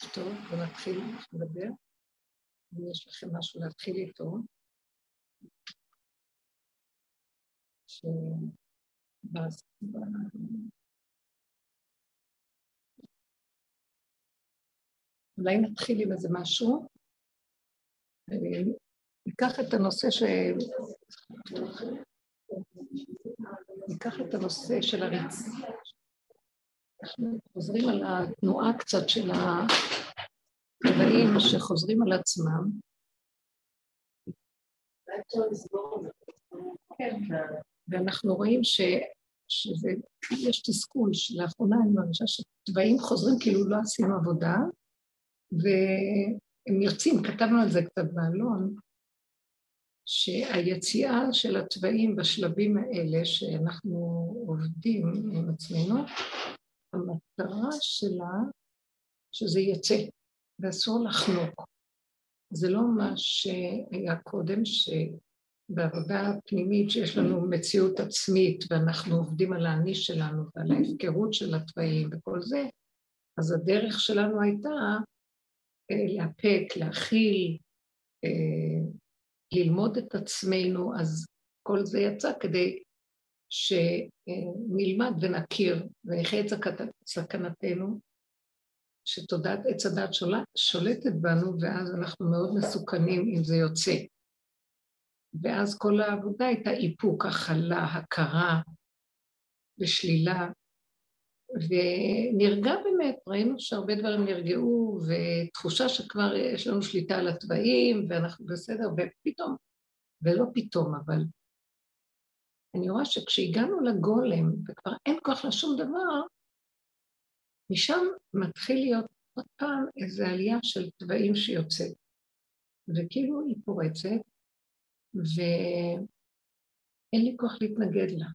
טוב, ונתחיל לדבר. אם יש לכם משהו להתחיל איתו, אולי נתחיל עם איזה משהו, ניקח את הנושא ניקח את הנושא של הריץ. אנחנו חוזרים על התנועה קצת של הטבעים שחוזרים על עצמם. ואנחנו רואים שיש תסכול שלאחרונה אני מרגישה שטבעים חוזרים כאילו לא עשינו עבודה, והם יוצאים, כתבנו על זה קצת בעלון, שהיציאה של הטבעים בשלבים האלה שאנחנו עובדים עם עצמנו, המטרה שלה שזה יצא, ואסור לחנוק. זה לא מה שהיה קודם, שבעבודה הפנימית שיש לנו מציאות עצמית, ואנחנו עובדים על האני שלנו ועל ההפקרות של הטבעים וכל זה, אז הדרך שלנו הייתה להפק, להכיל, ללמוד את עצמנו, אז כל זה יצא כדי שנלמד ונכיר ונחיה את סכנתנו, שתודעת עץ הדת שולטת בנו, ואז אנחנו מאוד מסוכנים אם זה יוצא. ואז כל העבודה הייתה איפוק, הכלה, הכרה ושלילה, ונרגע באמת, ראינו שהרבה דברים נרגעו, ותחושה שכבר יש לנו שליטה על הטבעים, ואנחנו בסדר, ופתאום, ולא פתאום, אבל אני רואה שכשהגענו לגולם, וכבר אין כוח לשום דבר, משם מתחיל להיות עוד פעם איזו עלייה של טבעים שיוצאת, וכאילו היא פורצת, ואין לי כוח להתנגד לה.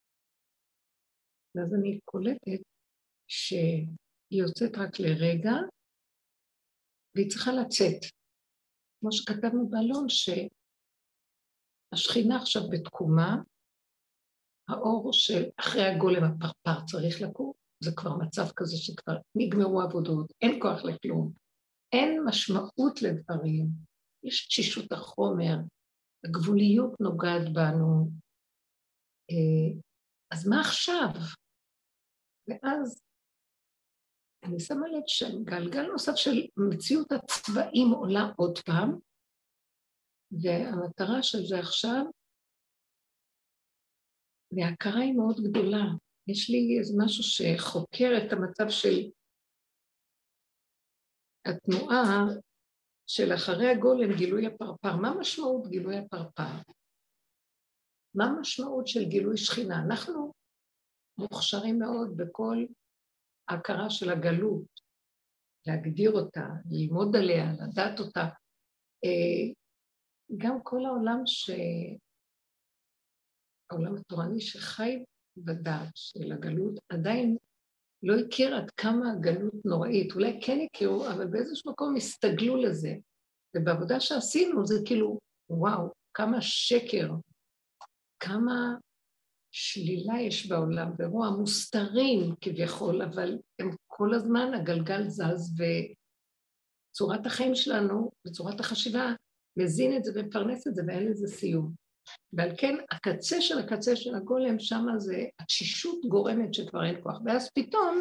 ואז אני קולטת שהיא יוצאת רק לרגע, והיא צריכה לצאת. כמו שכתבנו בעלון, שהשכינה עכשיו בתקומה, האור של אחרי הגולם הפרפר צריך לקום, זה כבר מצב כזה שכבר נגמרו עבודות, אין כוח לכלום, אין משמעות לדברים, יש תשישות החומר, הגבוליות נוגעת בנו, אז מה עכשיו? ואז אני שמה לב שגלגל נוסף של מציאות הצבעים עולה עוד פעם, והמטרה של זה עכשיו, וההכרה היא מאוד גדולה. יש לי איזה משהו שחוקר את המצב של התנועה של אחרי הגולם, גילוי הפרפר. מה משמעות גילוי הפרפר? מה המשמעות של גילוי שכינה? אנחנו מוכשרים מאוד בכל ההכרה של הגלות, להגדיר אותה, ללמוד עליה, לדעת אותה. גם כל העולם העולם התורני שחי בדעת של הגלות, עדיין לא הכיר עד כמה הגלות נוראית, אולי כן הכירו, אבל באיזשהו מקום הסתגלו לזה, ובעבודה שעשינו זה כאילו, וואו, כמה שקר, כמה שלילה יש בעולם, ורוע מוסתרים כביכול, אבל הם כל הזמן הגלגל זז, וצורת החיים שלנו, וצורת החשיבה, מזין את זה ומפרנס את זה, ואין לזה סיום. ועל כן, הקצה של הגולם, שם זה התשישות גורמת שכבר אין כוח. ואז פתאום,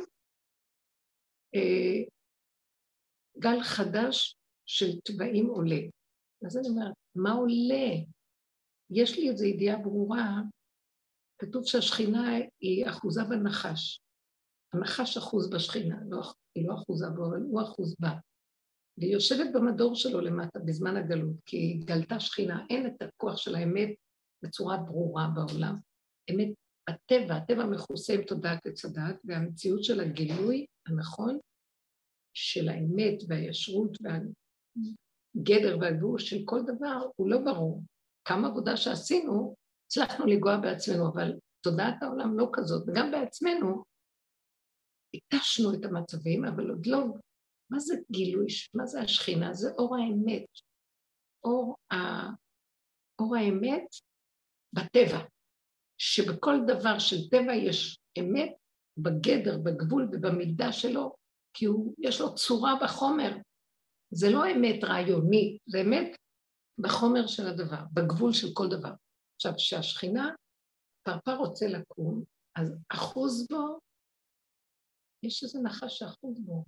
גל חדש של טבעים עולה. אז אני אומרת, מה עולה? יש לי איזו ידיעה ברורה, כתוב שהשכינה היא אחוזה בנחש. הנחש אחוז בשכינה, היא לא אחוזה בו, אבל הוא אחוז בה. והיא יושבת במדור שלו למטה בזמן הגלות, כי היא גלתה שכינה, אין את הכוח של האמת בצורה ברורה בעולם. אמת, הטבע מכוסה עם תודעת עץ הדת, והמציאות של הגילוי הנכון, של האמת והישרות והגדר והגבול של כל דבר, הוא לא ברור. כמה עבודה שעשינו, הצלחנו לגוע בעצמנו, אבל תודעת העולם לא כזאת, וגם בעצמנו, התשנו את המצבים, אבל עוד לא. מה זה גילוי? מה זה השכינה? זה אור האמת. אור האמת בטבע, שבכל דבר של טבע יש אמת בגדר, בגבול ובמידה שלו, כי יש לו צורה בחומר. זה לא אמת רעיוני, זה אמת בחומר של הדבר, בגבול של כל דבר. עכשיו, כשהשכינה, פרפר רוצה לקום, אז אחוז בו, יש איזה נחש שאחוז בו.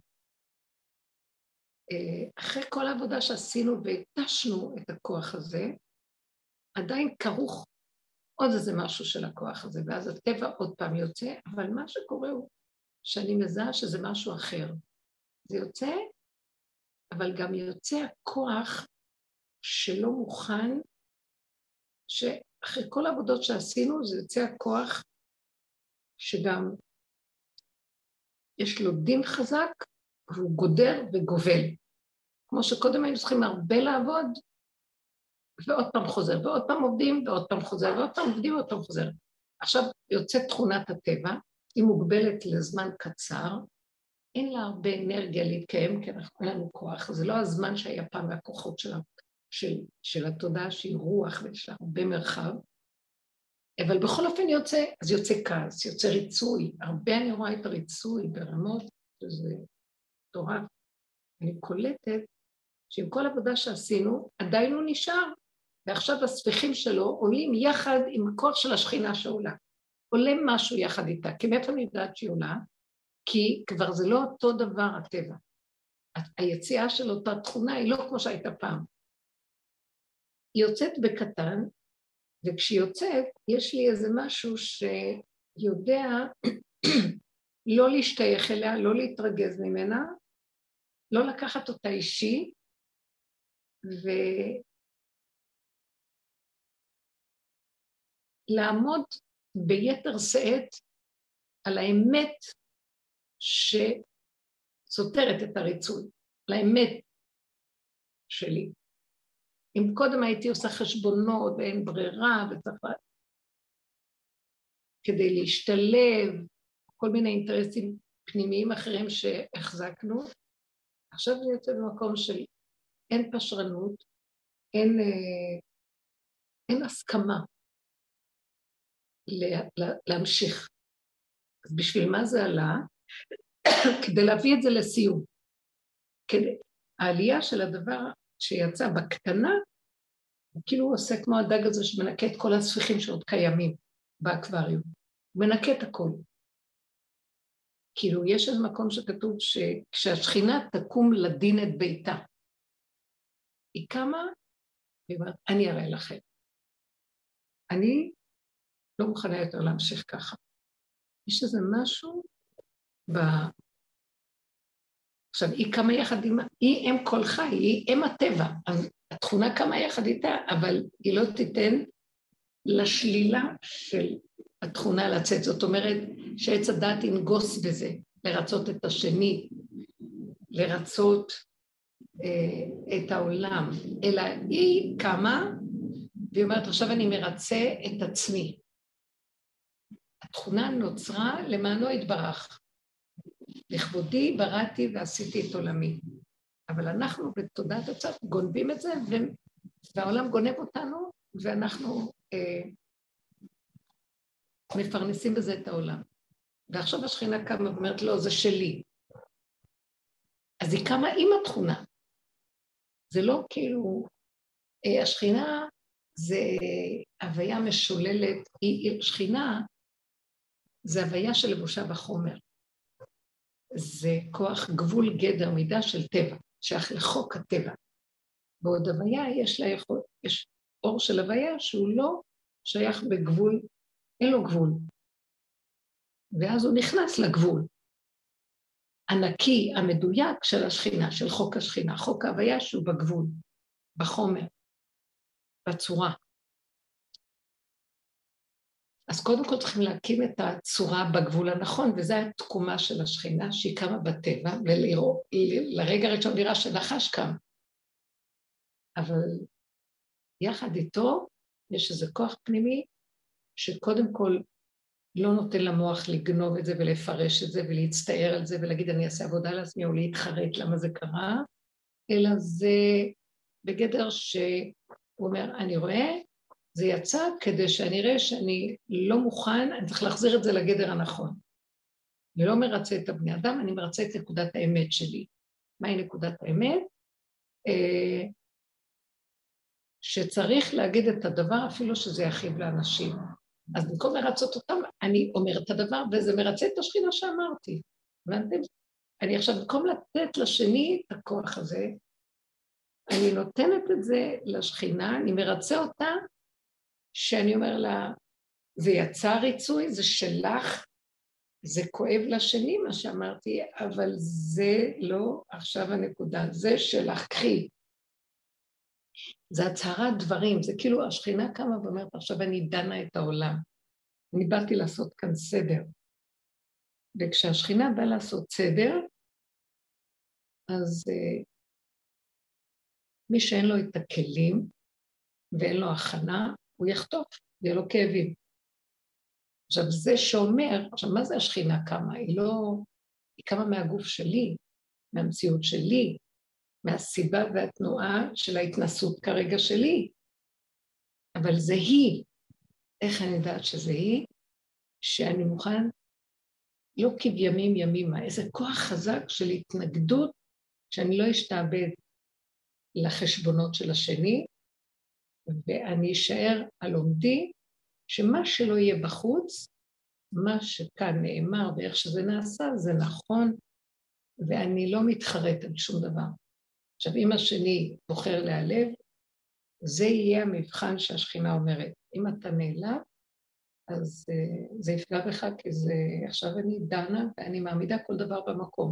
אחרי כל העבודה שעשינו והתשנו את הכוח הזה, עדיין כרוך עוד איזה משהו של הכוח הזה, ואז הטבע עוד פעם יוצא, אבל מה שקורה הוא שאני מזהה שזה משהו אחר. זה יוצא, אבל גם יוצא הכוח שלא מוכן, שאחרי כל העבודות שעשינו, זה יוצא הכוח שגם יש לו דין חזק, והוא גודר וגובל. כמו שקודם היינו צריכים הרבה לעבוד, ועוד פעם חוזר, ועוד פעם עובדים, ועוד פעם חוזר, ועוד פעם עובדים, ועוד פעם חוזר. עכשיו יוצאת תכונת הטבע, היא מוגבלת לזמן קצר, אין לה הרבה אנרגיה להתקיים, כי אין לנו כוח, זה לא הזמן שהיה פעם מהכוחות של התודעה שהיא רוח, ויש לה הרבה מרחב, אבל בכל אופן יוצא, אז יוצא כעס, יוצא ריצוי, הרבה אני רואה את הריצוי ברמות, שזה תורה, אני קולטת שעם כל עבודה שעשינו, עדיין הוא נשאר, ועכשיו הספיחים שלו עולים יחד עם הכוח של השכינה שעולה. עולה משהו יחד איתה, כי מאיפה אני יודעת שהיא עולה? כי כבר זה לא אותו דבר הטבע. היציאה של אותה תכונה היא לא כמו שהייתה פעם. היא יוצאת בקטן, וכשהיא יוצאת, יש לי איזה משהו שיודע לא להשתייך אליה, לא להתרגז ממנה, לא לקחת אותה אישי, ולעמוד ביתר שאת על האמת שסותרת את הריצוי, על האמת שלי. אם קודם הייתי עושה חשבונות ואין ברירה וצריך כדי להשתלב, כל מיני אינטרסים פנימיים אחרים שהחזקנו, עכשיו זה יוצא במקום של אין פשרנות, אין הסכמה להמשיך. אז בשביל מה זה עלה? כדי להביא את זה לסיום. העלייה של הדבר שיצא בקטנה, הוא כאילו עושה כמו הדג הזה שמנקה את כל הספיחים שעוד קיימים באקווריום. הוא מנקה את הכל. כאילו יש איזה מקום שכתוב שכשהשכינה תקום לדין את ביתה, היא קמה, והיא אומרת, אני אראה לכם. אני לא מוכנה יותר להמשיך ככה. יש איזה משהו עכשיו, היא קמה יחד עם, היא אם כל חי, היא אם הטבע, אז התכונה קמה יחד איתה, אבל היא לא תיתן לשלילה של התכונה לצאת. זאת אומרת שעץ הדעת ינגוס בזה, לרצות את השני, לרצות את העולם, אלא היא קמה, והיא אומרת, עכשיו אני מרצה את עצמי. התכונה נוצרה למענו התברך. לכבודי בראתי ועשיתי את עולמי. אבל אנחנו בתודעת הצד גונבים את זה, והעולם גונב אותנו, ואנחנו מפרנסים בזה את העולם. ועכשיו השכינה קמה ואומרת, לא, זה שלי. אז היא קמה עם התכונה. זה לא כאילו, השכינה זה הוויה משוללת, שכינה זה הוויה של לבושה בחומר. זה כוח גבול גדר מידה של טבע, שייך לחוק הטבע. בעוד הוויה יש אור של הוויה שהוא לא שייך בגבול, אין לו גבול. ואז הוא נכנס לגבול. הנקי, המדויק של השכינה, של חוק השכינה, חוק ההוויה שהוא בגבול, בחומר, בצורה. אז קודם כל צריכים להקים את הצורה בגבול הנכון, וזו התקומה של השכינה שהיא קמה בטבע, ולרגע הראשון נראה שנחש קם. אבל יחד איתו יש איזה כוח פנימי, שקודם כל לא נותן למוח לגנוב את זה ולפרש את זה ולהצטער על זה ולהגיד אני אעשה עבודה לעצמי או להתחרט למה זה קרה, אלא זה בגדר שהוא אומר אני רואה, זה יצא כדי שאני אראה שאני לא מוכן, אני צריך להחזיר את זה לגדר הנכון. אני לא מרצה את הבני אדם, אני מרצה את נקודת האמת שלי. מהי נקודת האמת? שצריך להגיד את הדבר אפילו שזה יכאיב לאנשים. אז במקום לרצות אותם, אני אומרת את הדבר, וזה מרצה את השכינה שאמרתי. הבנתם? אני עכשיו, במקום לתת לשני את הכוח הזה, אני נותנת את זה לשכינה, אני מרצה אותה, שאני אומר לה, זה יצא ריצוי, זה שלך, זה כואב לשני מה שאמרתי, אבל זה לא עכשיו הנקודה, זה שלך, קחי. זה הצהרת דברים, זה כאילו השכינה קמה ואומרת, עכשיו אני דנה את העולם. אני באתי לעשות כאן סדר. וכשהשכינה באה לעשות סדר, אז מי שאין לו את הכלים ואין לו הכנה, הוא יחטוף, יהיה לו כאבים. עכשיו זה שאומר, עכשיו מה זה השכינה קמה? היא קמה מהגוף שלי, מהמציאות שלי, מהסיבה והתנועה של ההתנסות כרגע שלי. אבל זה היא. איך אני יודעת שזה היא? שאני מוכן, לא כבימים ימימה, איזה כוח חזק של התנגדות, שאני לא אשתעבד לחשבונות של השני, ואני אשאר על עומדי, שמה שלא יהיה בחוץ, מה שכאן נאמר ואיך שזה נעשה, זה נכון, ואני לא מתחרט על שום דבר. עכשיו, אם השני בוחר להיעלב, זה יהיה המבחן שהשכינה אומרת. אם אתה נעלב, אז זה יפגע בך, כי זה, עכשיו אני דנה ואני מעמידה כל דבר במקום.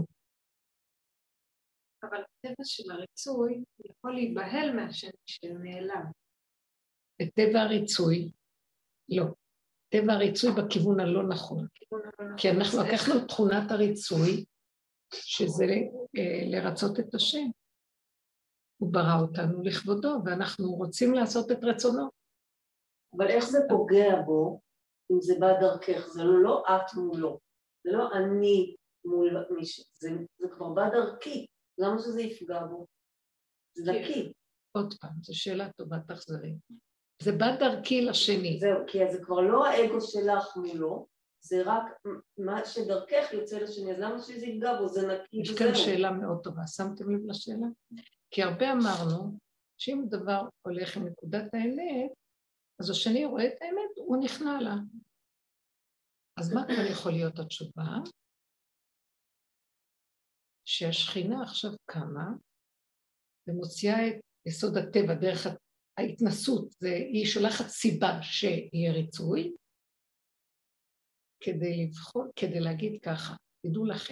אבל הטבע של הריצוי יכול להיבהל מהשני שנעלם. בטבע הריצוי, לא. טבע הריצוי בכיוון הלא נכון. כי אנחנו לקחנו את תכונת הריצוי, שזה לרצות את השם. הוא ברא אותנו לכבודו, ואנחנו רוצים לעשות את רצונו. אבל איך זה פוגע בו, אם זה בא דרכך? זה לא את מולו, זה לא אני מול מישהו, זה כבר בא דרכי. למה שזה יפגע בו? זה נקי. עוד פעם, זו שאלה טובה, תחזרי. זה בא דרכי לשני. זהו, כי זה כבר לא האגו שלך מולו, זה רק מה שדרכך יוצא לשני, אז למה שזה יפגע בו? זה נקי וזהו. יש כאן שאלה מאוד טובה, שמתם לב לשאלה? כי הרבה אמרנו, שאם דבר הולך עם נקודת האמת, אז השני רואה את האמת, הוא נכנע לה. אז מה כבר יכול להיות התשובה? שהשכינה עכשיו קמה, ומוציאה את יסוד הטבע דרך ההתנסות, היא שולחת סיבה שיהיה ריצוי, כדי לבחור, כדי להגיד ככה, תדעו לכם,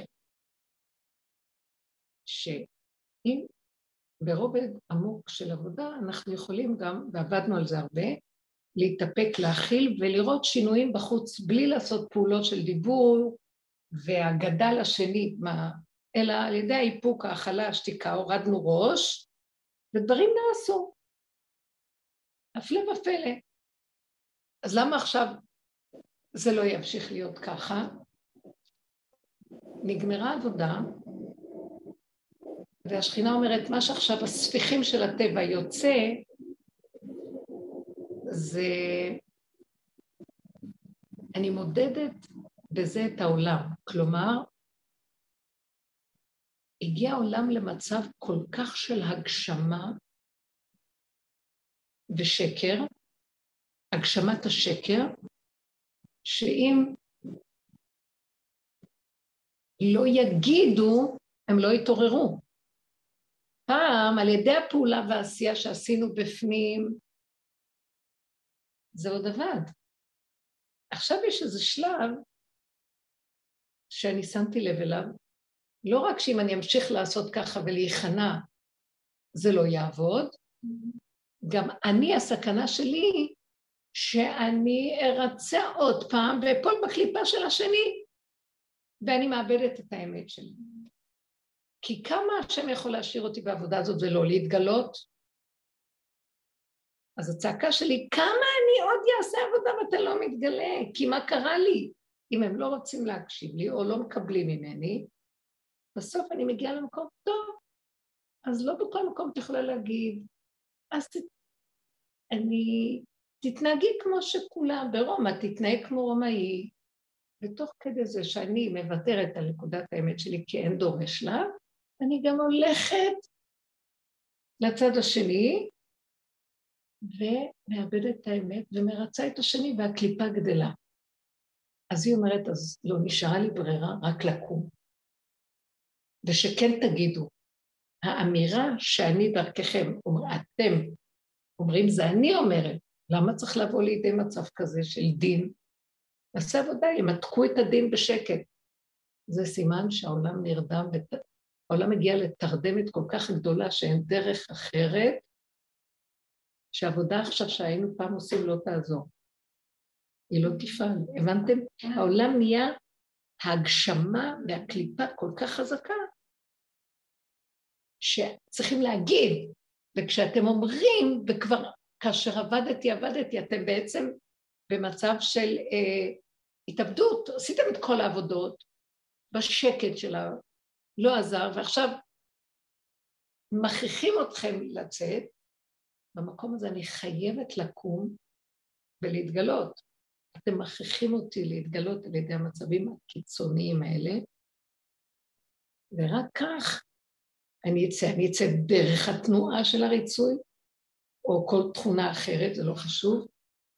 שאם ברובד עמוק של עבודה, אנחנו יכולים גם, ועבדנו על זה הרבה, להתאפק, להכיל ולראות שינויים בחוץ, בלי לעשות פעולות של דיבור, והגדה לשני, אלא על ידי האיפוק, האכלה, השתיקה, הורדנו ראש, ודברים נעשו. הפלא ופלא. אז למה עכשיו זה לא ימשיך להיות ככה? נגמרה עבודה, והשכינה אומרת, מה שעכשיו הספיחים של הטבע יוצא, זה... אני מודדת בזה את העולם. כלומר, הגיע העולם למצב כל כך של הגשמה ושקר, הגשמת השקר, שאם לא יגידו, הם לא יתעוררו. פעם, על ידי הפעולה והעשייה שעשינו בפנים, זה עוד עבד. עכשיו יש איזה שלב שאני שמתי לב אליו, לא רק שאם אני אמשיך לעשות ככה ולהיכנע, זה לא יעבוד, גם אני, הסכנה שלי, שאני ארצה עוד פעם ואפול בקליפה של השני, ואני מאבדת את האמת שלי. כי כמה השם יכול להשאיר אותי בעבודה הזאת ולא להתגלות? אז הצעקה שלי, כמה אני עוד אעשה עבודה ואתה לא מתגלה? כי מה קרה לי? אם הם לא רוצים להקשיב לי או לא מקבלים ממני, בסוף אני מגיעה למקום טוב, אז לא בכל מקום את יכולה להגיד, אז תתנהגי כמו שכולם, ברומא, תתנהג כמו רומאי, ותוך כדי זה שאני מוותרת על נקודת האמת שלי כי אין דורש לה, אני גם הולכת לצד השני, ומאבדת את האמת, ומרצה את השני, והקליפה גדלה. אז היא אומרת, אז לא נשארה לי ברירה, רק לקום. ושכן תגידו, האמירה שאני דרככם, אתם אומרים, זה אני אומרת, למה צריך לבוא לידי מצב כזה של דין? נעשה עבודה, ימתקו את הדין בשקט. זה סימן שהעולם נרדם, העולם מגיע לתרדמת כל כך גדולה שאין דרך אחרת, שהעבודה עכשיו שהיינו פעם עושים לא תעזור. היא לא תפעל. הבנתם? העולם נהיה ההגשמה והקליפה כל כך חזקה, שצריכים להגיד, וכשאתם אומרים, וכבר כאשר עבדתי, אתם בעצם במצב של התאבדות, עשיתם את כל העבודות, בשקט שלה, לא עזר, ועכשיו מכריחים אתכם לצאת, במקום הזה אני חייבת לקום ולהתגלות. אתם מכריחים אותי להתגלות על ידי המצבים הקיצוניים האלה, ורק כך אני אצא דרך התנועה של הריצוי, או כל תכונה אחרת, זה לא חשוב,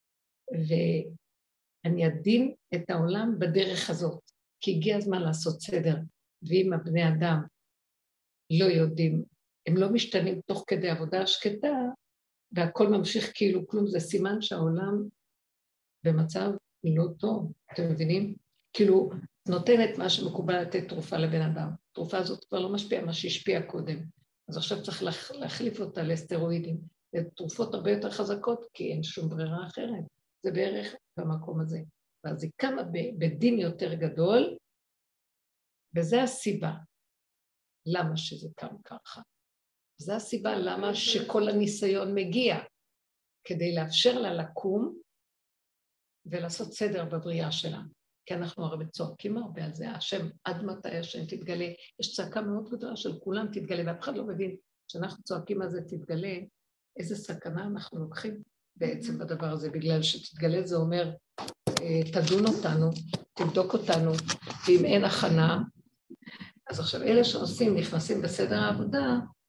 ואני אדין את העולם בדרך הזאת, כי הגיע הזמן לעשות סדר, ואם הבני אדם לא יודעים, הם לא משתנים תוך כדי עבודה השקטה, והכל ממשיך כאילו כלום, זה סימן שהעולם במצב לא טוב, אתם מבינים? כאילו נותנת מה שמקובל לתת תרופה לבן אדם, התרופה הזאת כבר לא משפיעה מה שהשפיע קודם, אז עכשיו צריך להחליף אותה לסטרואידים, לתרופות הרבה יותר חזקות, כי אין שום ברירה אחרת, זה בערך במקום הזה, ואז היא קמה בדין יותר גדול, וזה הסיבה, למה שזה קם ככה. זו הסיבה למה שכל הניסיון מגיע, כדי לאפשר לה לקום ולעשות סדר בבריאה שלה. כי אנחנו הרבה צועקים הרבה על זה, השם עד מתי השם תתגלה, יש צעקה מאוד גדולה של כולם תתגלה, ואף אחד לא מבין שאנחנו צועקים על זה תתגלה, איזה סכנה אנחנו לוקחים בעצם בדבר הזה, בגלל שתתגלה זה אומר, תדון אותנו, תבדוק אותנו, ואם אין הכנה, אז עכשיו אלה שעושים, נכנסים בסדר העבודה,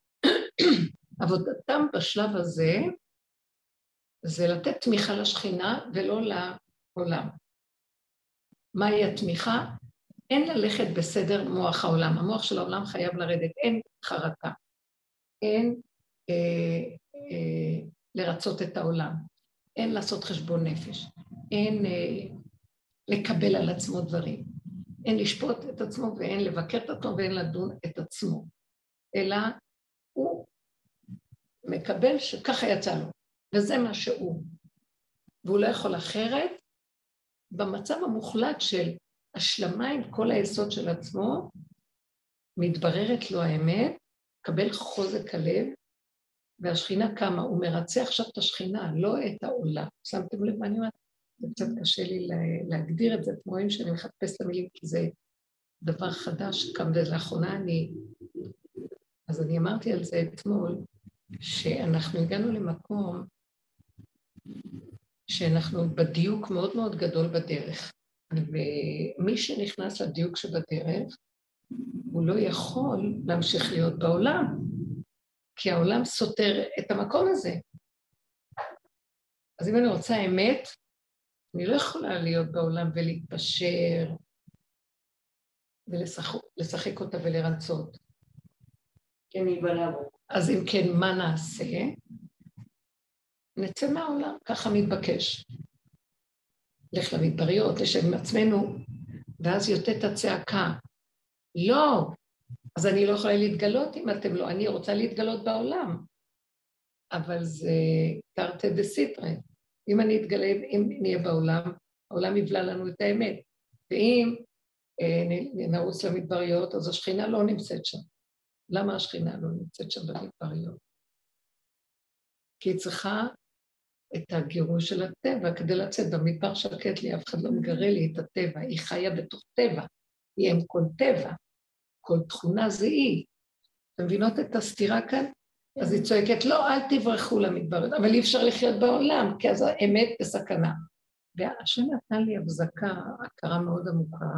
עבודתם בשלב הזה, זה לתת תמיכה לשכינה ולא לעולם. מהי התמיכה? אין ללכת בסדר מוח העולם, המוח של העולם חייב לרדת, אין חרטה, אין לרצות את העולם, אין לעשות חשבון נפש, אין לקבל על עצמו דברים, אין לשפוט את עצמו ואין לבקר את עצמו ואין לדון את עצמו, אלא הוא מקבל שככה יצא לו, וזה מה שהוא, והוא לא יכול אחרת, במצב המוחלט של השלמה עם כל היסוד של עצמו, מתבררת לו האמת, קבל חוזק הלב, והשכינה קמה, הוא מרצה עכשיו את השכינה, לא את העולם. שמתם לב מה אני אומרת? זה קצת קשה לי להגדיר את זה, אתם רואים שאני מחפש למילים, כי זה דבר חדש שקם, ולאחרונה אז אני אמרתי על זה אתמול, שאנחנו הגענו למקום, שאנחנו בדיוק מאוד מאוד גדול בדרך, ומי שנכנס לדיוק שבדרך, הוא לא יכול להמשיך להיות בעולם, כי העולם סותר את המקום הזה. אז אם אני רוצה אמת, אני לא יכולה להיות בעולם ולהתפשר, ולשחק אותה ולרצות. כן, ייבלע בו. אז אם כן, מה נעשה? נצא מהעולם, ככה מתבקש. לך למדבריות, לשב עם עצמנו, ואז יוצאת הצעקה. לא, אז אני לא יכולה להתגלות אם אתם לא, אני רוצה להתגלות בעולם. אבל זה תרתי דסיטרי. אם אני אתגלה, אם נהיה בעולם, העולם יבלע לנו את האמת. ואם נרוץ למדבריות, אז השכינה לא נמצאת שם. למה השכינה לא נמצאת שם במדבריות? כי היא צריכה את הגירוי של הטבע, כדי לצאת במדבר שקט לי, אף אחד לא מגרה לי את הטבע, היא חיה בתוך טבע, היא עם כל טבע, כל תכונה זה היא. אתם מבינות את הסתירה כאן? אז היא צועקת, לא, אל תברחו למדבר, אבל אי אפשר לחיות בעולם, כי אז האמת בסכנה. והשם נתן לי הבזקה, הכרה מאוד עמוקה,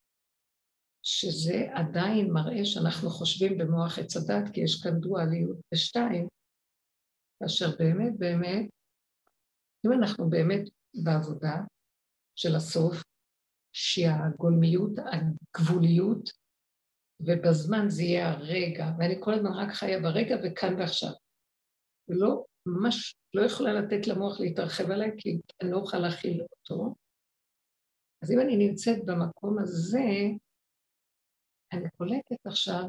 שזה עדיין מראה שאנחנו חושבים במוח עץ הדת, כי יש כאן דואליות בשתיים, כאשר באמת, באמת, אם אנחנו באמת בעבודה של הסוף, שהגולמיות, הגבוליות, ובזמן זה יהיה הרגע, ואני כל הזמן רק חיה ברגע וכאן ועכשיו. ולא, ממש לא יכולה לתת למוח להתרחב עליי, כי אני לא אוכל להכיל אותו. אז אם אני נמצאת במקום הזה, אני קולטת עכשיו,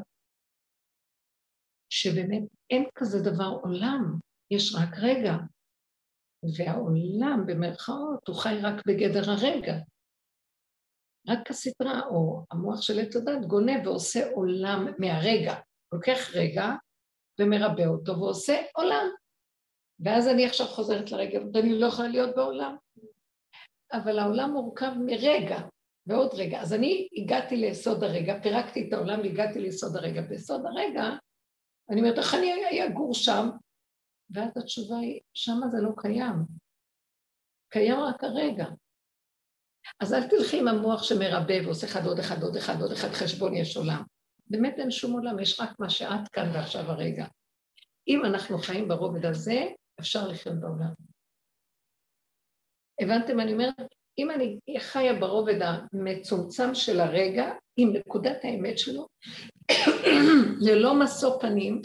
שבאמת אין כזה דבר עולם, יש רק רגע. והעולם במרכאות הוא חי רק בגדר הרגע. רק הסדרה או המוח של עץ הדת גונב ועושה עולם מהרגע. לוקח רגע ומרבא אותו ועושה עולם. ואז אני עכשיו חוזרת לרגע, ואני לא יכולה להיות בעולם. אבל העולם מורכב מרגע ועוד רגע. אז אני הגעתי ליסוד הרגע, פירקתי את העולם והגעתי ליסוד הרגע. ביסוד הרגע, אני אומרת, איך אני אגור שם? ואז התשובה היא, שמה זה לא קיים. קיים רק הרגע. אז אל תלכי עם המוח שמרבא ועושה אחד עוד אחד עוד אחד עוד אחד חשבון יש עולם. באמת אין שום עולם, יש רק מה שאת כאן ועכשיו הרגע. אם אנחנו חיים ברובד הזה, אפשר לחיות בעולם. הבנתם? אני אומרת, אם אני חיה ברובד המצומצם של הרגע, עם נקודת האמת שלו, ללא משוא פנים,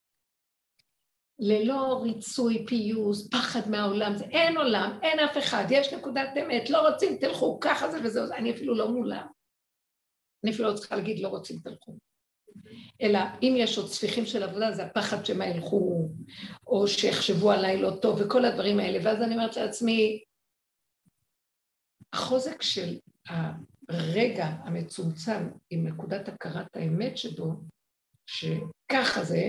ללא ריצוי, פיוס, פחד מהעולם, זה אין עולם, אין אף אחד, יש נקודת אמת, לא רוצים, תלכו, ככה זה וזהו, אני אפילו לא מולם. אני אפילו לא צריכה להגיד, לא רוצים, תלכו. אלא אם יש עוד ספיחים של עבודה, זה הפחד שמה ילכו, או שיחשבו עליי לא טוב, וכל הדברים האלה, ואז אני אומרת לעצמי, החוזק של הרגע המצומצם, עם נקודת הכרת האמת שבו, שככה זה,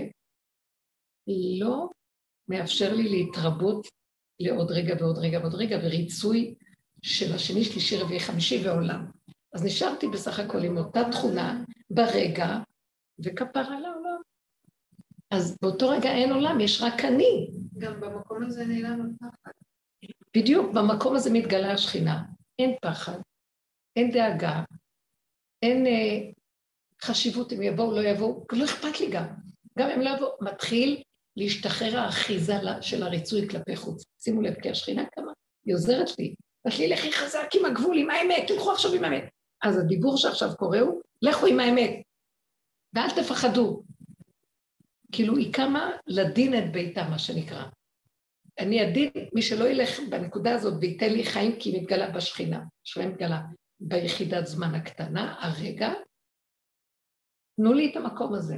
לא מאפשר לי להתרבות לעוד רגע ועוד רגע ועוד רגע, וריצוי של השני, שלישי, רביעי, חמישי ועולם. אז נשארתי בסך הכל עם אותה תכונה ברגע, וכפר על העולם. אז באותו רגע אין עולם, יש רק אני. גם במקום הזה נעלם הפחד. בדיוק, במקום הזה מתגלה השכינה. אין פחד, אין דאגה, אין חשיבות אם יבואו או לא יבואו, לא אכפת לי גם. גם אם לא יבואו, מתחיל להשתחרר האחיזה של הריצוי כלפי חוץ. שימו לב, כי השכינה כמה, היא עוזרת לי. אז לי לכי חזק עם הגבול, עם האמת, תלכו עכשיו עם האמת. אז הדיבור שעכשיו קורה הוא, לכו עם האמת, ואל תפחדו. כאילו היא קמה לדין את ביתה, מה שנקרא. אני אדין, מי שלא ילך בנקודה הזאת וייתן לי חיים, כי היא מתגלה בשכינה, השכינה מתגלה ביחידת זמן הקטנה, הרגע, תנו לי את המקום הזה.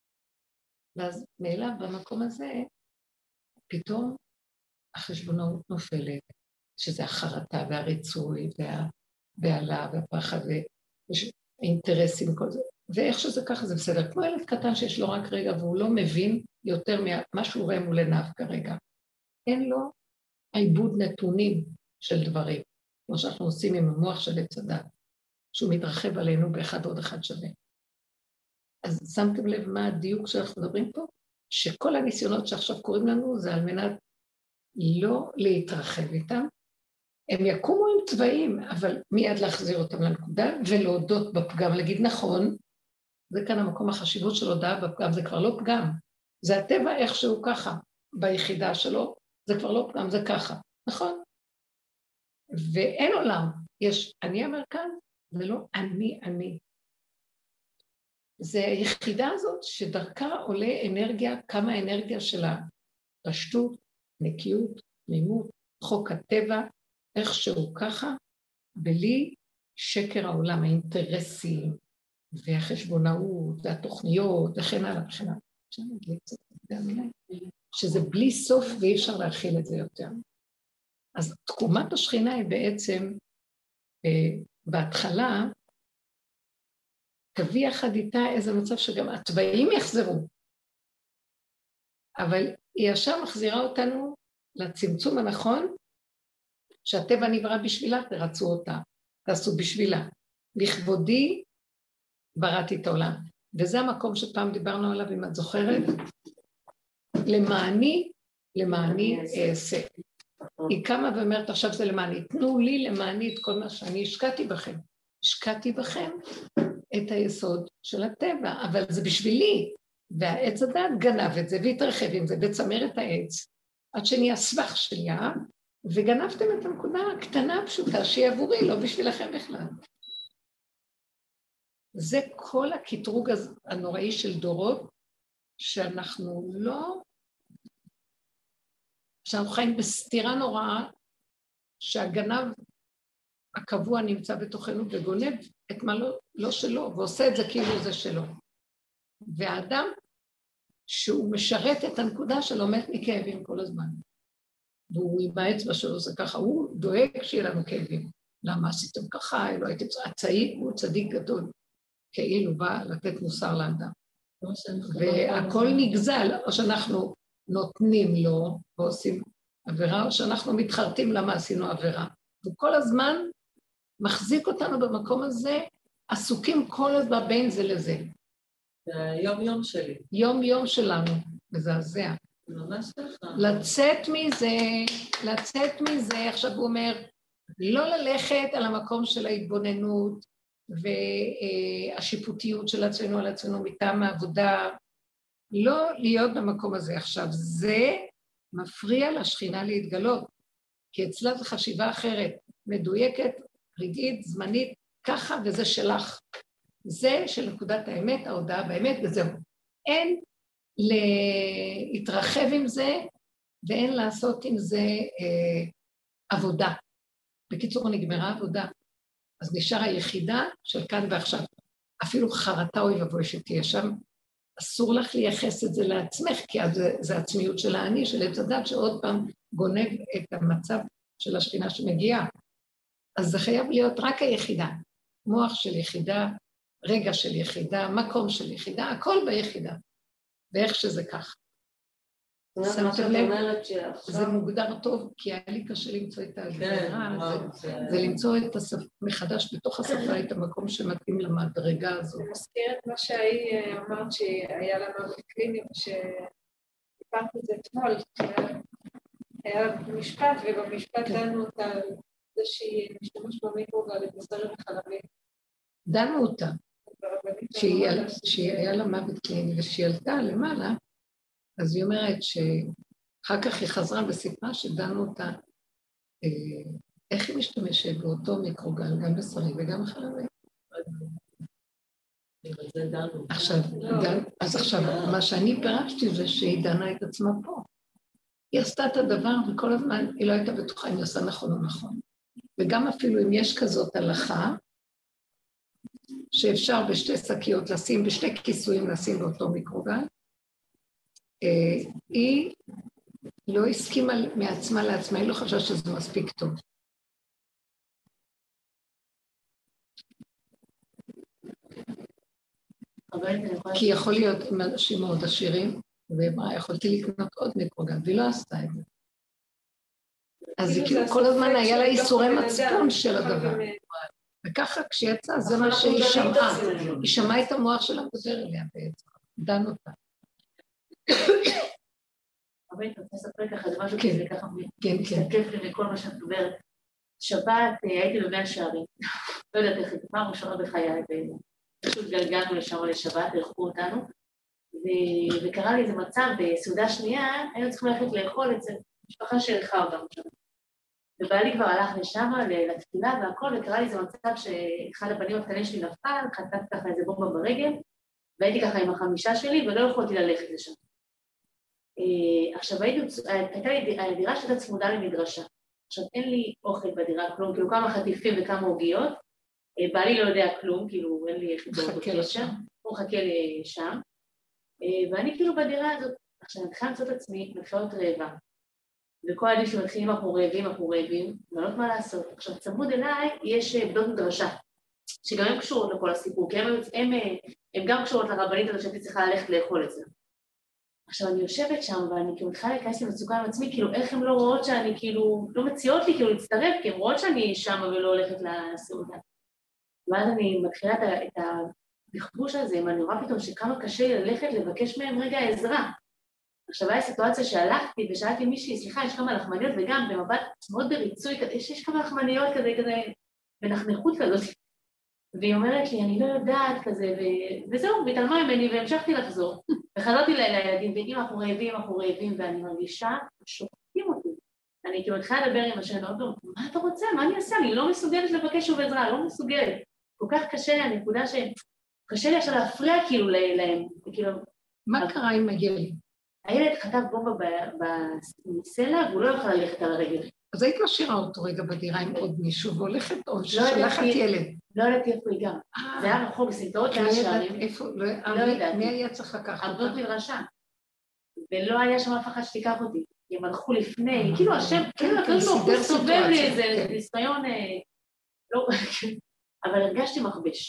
ואז מאליו במקום הזה, פתאום החשבונות נופלת, שזה החרטה והריצוי והבעלה והפחד והאינטרסים וכל זה. ואיך שזה ככה זה בסדר. כמו ילד קטן שיש לו רק רגע והוא לא מבין יותר ממה שהוא רואה מול עיניו כרגע. אין לו עיבוד נתונים של דברים, כמו שאנחנו עושים עם המוח של עץ הדת, שהוא מתרחב עלינו באחד עוד אחד שווה. אז שמתם לב מה הדיוק שאנחנו מדברים פה? שכל הניסיונות שעכשיו קוראים לנו זה על מנת לא להתרחב איתם. הם יקומו עם צבעים, אבל מיד להחזיר אותם לנקודה ולהודות בפגם, להגיד נכון, זה כאן המקום החשיבות של הודעה בפגם, זה כבר לא פגם, זה הטבע איכשהו ככה, ביחידה שלו, זה כבר לא פגם, זה ככה, נכון? ואין עולם, יש אני המרכז, זה לא אני. זה היחידה הזאת שדרכה עולה אנרגיה, כמה אנרגיה של הפשטות, נקיות, תמימות, חוק הטבע, איכשהו ככה, בלי שקר העולם, האינטרסים, והחשבונאות, והתוכניות, וכן הלאה, וכן הלאה. שזה בלי סוף ואי אפשר להכיל את זה יותר. אז תקומת השכינה היא בעצם, בהתחלה, תביא יחד איתה איזה מצב שגם הטבעים יחזרו. אבל היא ישר מחזירה אותנו לצמצום הנכון, שהטבע נברא בשבילה, תרצו אותה, תעשו בשבילה. לכבודי בראתי את העולם. וזה המקום שפעם דיברנו עליו, אם את זוכרת, למעני אעשה. היא קמה ואומרת, עכשיו זה למעני, תנו לי למעני את כל מה שאני השקעתי בכם. השקעתי בכם את היסוד של הטבע, אבל זה בשבילי. והעץ הדעת גנב את זה והתרחב עם זה וצמר את העץ, עד שנהיה סבך שלה, וגנבתם את הנקודה הקטנה הפשוטה שהיא עבורי, לא בשבילכם בכלל. זה כל הקטרוג הנוראי של דורות, שאנחנו לא... שאנחנו חיים בסתירה נוראה, שהגנב הקבוע נמצא בתוכנו וגונב את מה לא שלו, ועושה את זה כאילו זה שלו. והאדם שהוא משרת את הנקודה שלו מת מכאבים כל הזמן. והוא עם האצבע שלו זה ככה, הוא דואג שיהיה לנו כאבים. למה עשיתם ככה? לא הייתם... הצעיק הוא צדיק גדול, כאילו בא לתת מוסר לאדם. והכל נגזל, או שאנחנו נותנים לו ועושים עבירה, או שאנחנו מתחרטים למה עשינו עבירה. וכל הזמן מחזיק אותנו במקום הזה, עסוקים כל הזמן בין זה לזה. זה היום-יום שלי. יום-יום שלנו, מזעזע. ממש ככה. לצאת מזה, עכשיו הוא אומר, לא ללכת על המקום של ההתבוננות, והשיפוטיות של עצמנו על עצמנו מטעם העבודה, לא להיות במקום הזה. עכשיו, זה מפריע לשכינה להתגלות, כי אצלה זו חשיבה אחרת, מדויקת, רגעית, זמנית, ככה, וזה שלך. זה של נקודת האמת, ההודעה באמת, וזהו. אין להתרחב עם זה, ואין לעשות עם זה עבודה. בקיצור, נגמרה עבודה. אז נשאר היחידה של כאן ועכשיו. אפילו חרטה אוי ובוי שתהיה שם, אסור לך לייחס את זה לעצמך, כי אז זה עצמיות של האני, של עץ הדת, שעוד פעם גונב את המצב של השכינה שמגיעה. אז זה חייב להיות רק היחידה. מוח של יחידה, רגע של יחידה, מקום של יחידה, הכל ביחידה. ואיך שזה כך. שמתם לב, זה מוגדר טוב, כי היה לי קשה למצוא את ההגדרה, זה למצוא את השפה מחדש בתוך השפה, את המקום שמתאים למדרגה הזו. זה מזכיר את מה שהיא אמרת שהיה לה מוות קליני, שדיברתי את זה אתמול, היה לה משפט, ובמשפט דנו אותה על זה שהיא משתמש במיקרוגל לבשר וחלבים. דנו אותה, שהיא היה לה מוות קליני, ושהיא עלתה למעלה, אז היא אומרת שאחר כך היא חזרה וסיפרה שדנו אותה, איך היא משתמשת באותו מיקרוגל, גם בשרי וגם חלבי. אז עכשיו, מה שאני פירשתי זה שהיא דנה את עצמה פה. היא עשתה את הדבר וכל הזמן היא לא הייתה בטוחה אם היא עושה נכון או נכון. וגם אפילו אם יש כזאת הלכה, שאפשר בשתי שקיות לשים, בשתי כיסויים לשים באותו מיקרוגל, היא לא הסכימה מעצמה לעצמה, היא לא חשבה שזה מספיק טוב. כי יכול להיות עם אנשים מאוד עשירים, ואמרה, יכולתי לקנות עוד מיקרוגל, והיא לא עשתה את זה. אז היא כאילו כל הזמן היה לה איסורי מצפון של הדבר. וככה כשיצא, זה מה שהיא שמעה. היא שמעה את המוח שלה מדבר אליה בעצם, דן אותה. אבל אני רוצה לספר ככה, זה משהו כזה ככה, מתקף לי מכל מה שאת מדברת. שבת הייתי במאה שערים, לא יודעת איך, פעם ראשונה בחיי, פשוט גלגלנו לשם לשבת, ערכו אותנו, וקרה לי איזה מצב, בסעודה שנייה, היינו צריכים ללכת לאכול אצל משפחה שערכה אותנו שם. ובעלי כבר הלך לשם, לתפילה והכל, וקרה לי איזה מצב שאחד הבנים הקטנים שלי נפל, חטפתי ככה איזה בומבה ברגל, והייתי ככה עם החמישה שלי, ולא יכולתי ללכת לשם. עכשיו הייתה לי, הדירה שהייתה צמודה למדרשה. עכשיו אין לי אוכל בדירה, כלום, כאילו כמה חטיפים וכמה עוגיות, בעלי לא יודע כלום, כאילו אין לי חיבור בקשר, הוא מחכה לי שם, ואני כאילו בדירה הזאת, עכשיו אני מתחילה למצוא את עצמי, מתחילה להיות רעבה, וכל הילדים שמתחילים אנחנו רעבים, ואני לא יודעת מה לעשות. עכשיו צמוד אליי יש בנות מדרשה, שגם הן קשורות לכל הסיפור, כי הן גם קשורות לרבנית הזאת שהייתי צריכה ללכת לאכול את זה. עכשיו אני יושבת שם ואני כאילו מתחילה להיכנס למצוקה עם עצמי, כאילו איך הן לא רואות שאני כאילו, לא מציעות לי כאילו להצטרף, כי הן רואות שאני שם ולא הולכת לסעודה. ואז אני מתחילה את הדכבוש הזה, ואני רואה פתאום שכמה קשה לי ללכת לבקש מהם רגע עזרה. עכשיו היה סיטואציה שהלכתי ושאלתי מישהי, סליחה, יש כמה לחמניות, וגם במבט מאוד בריצוי, יש כמה לחמניות כזה, בנחנכות כזאת. והיא אומרת לי, אני לא יודעת כזה, וזהו, והתעלמה ממני, והמשכתי לחזור. וחזרתי לילדים, ואם אנחנו רעבים, ואני מרגישה, שופטים אותי. אני כאילו מתחילה לדבר עם השם, מה אתה רוצה? מה אני אעשה? אני לא מסוגלת לבקש שוב עזרה, לא מסוגלת. כל כך קשה לי, הנקודה שקשה לי עכשיו להפריע כאילו להם. מה קרה עם הילד? הילד חטף בומבה בסלע, והוא לא יכול ללכת על הרגל. אז היית משאירה אותו רגע בדירה עם עוד מישהו, והולכת או ששלחת ילד. לא ידעתי איפה היא גם. זה היה רחוק, בסמטאות היה שערים. לא ידעתי. מי היה צריך לקחת אותה? עבדות מדרשה. ולא היה שם אף אחד שתיקח אותי. הם הלכו לפני, כאילו השם, כאילו הקדוש ברוך הוא סובב לי איזה ניסיון, אבל הרגשתי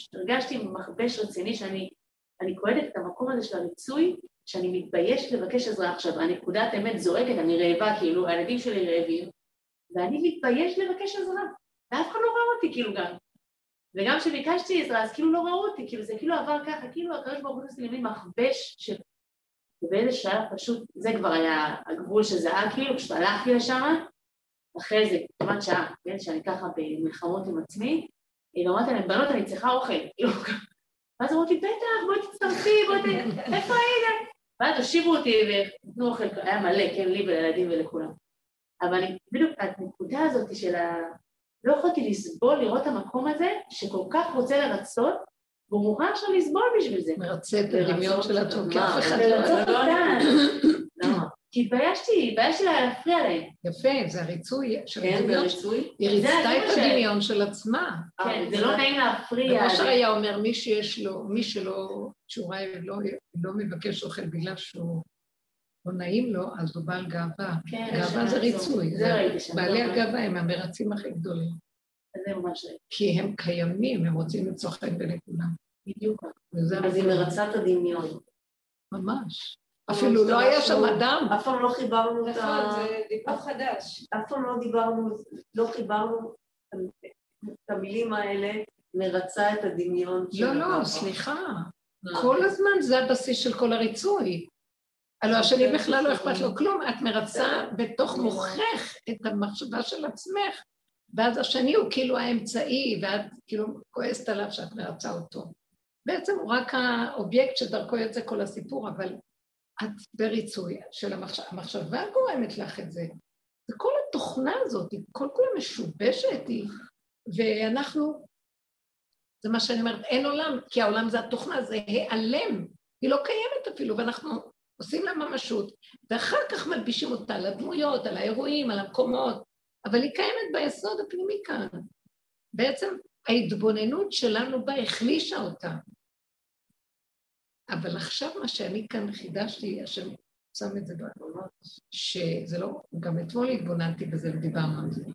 מכבש רציני שאני קועדת את המקום הזה של הריצוי, שאני מתביישת לבקש עזרה עכשיו, הנקודת אמת זורקת, אני רעבה, כאילו, הילדים שלי רעבים, ואני מתביישת לבקש עזרה, ואף אחד לא ראה אותי, כאילו גם. וגם כשביקשתי עזרה, אז כאילו לא ראו אותי, כאילו זה כאילו עבר ככה, כאילו הקדוש ברוך הוא עושה לי מכבש של... ובאיזה שעה פשוט, זה כבר היה הגבול שזהה, כאילו, פשוט הלכתי לשם, אחרי זה כמעט שעה, כן, שאני ככה במלחמות עם עצמי, ואמרתי להם, בנות, אני צריכה אוכל, כאילו, ואז אמרתי, בטח, בואי תצטרפי, איפה היית? ואז הושיבו אותי ונתנו אוכל, היה מלא, כן, לי ולילדים ולכולם. אבל אני, בדיוק, הנקודה הזאת של לא יכולתי לסבול, לראות את המקום הזה, שכל כך רוצה לרצות, והוא מוכן עכשיו לסבול בשביל זה. מרצה את הדמיון של עצמו, כי אף אחד לרצות אותן. למה? כי התביישתי להפריע להם. יפה, זה הריצוי של כן, הדמיון. היא ריצתה את הדמיון של עצמה. כן, זה לא נעים להפריע. ומשה היה אומר, מי שלא, שהוא רעב לא מבקש אוכל בגלל שהוא לא נעים לו, אז הוא בעל גאווה. גאווה זה ריצוי. בעלי הגאווה הם המרצים הכי גדולים. זה ממש ריצוי. כי הם קיימים, הם רוצים למצוא חן ולכולם. בדיוק. אז היא מרצה את הדמיון. ממש. אפילו לא היה שם אדם. אף פעם לא חיברנו את ה... נכון, זה דיבור חדש. אף פעם לא חיברנו את המילים האלה, מרצה את הדמיון. לא, סליחה. כל הזמן זה הבסיס של כל הריצוי. הלוא השני בכלל לא אכפת לו כלום, את מרצה בתוך מוחך את המחשבה של עצמך, ואז השני הוא כאילו האמצעי, ואת כאילו כועסת עליו שאת מרצה אותו. בעצם הוא רק האובייקט שדרכו יוצא כל הסיפור, אבל את בריצוי של המחשבה גורמת לך את זה. זה כל התוכנה הזאת, היא כל כולה משובשת, ואנחנו, זה מה שאני אומרת, אין עולם, כי העולם זה התוכנה, זה העלם, היא לא קיימת אפילו, ואנחנו עושים לה ממשות, ואחר כך מלבישים אותה על הדמויות, על האירועים, על המקומות, אבל היא קיימת ביסוד הפנימי כאן. בעצם ההתבוננות שלנו בה החלישה אותה. אבל עכשיו מה שאני כאן חידשתי, השם שם את זה בעולמות, שזה לא, גם אתמול התבוננתי בזה ודיברנו על זה.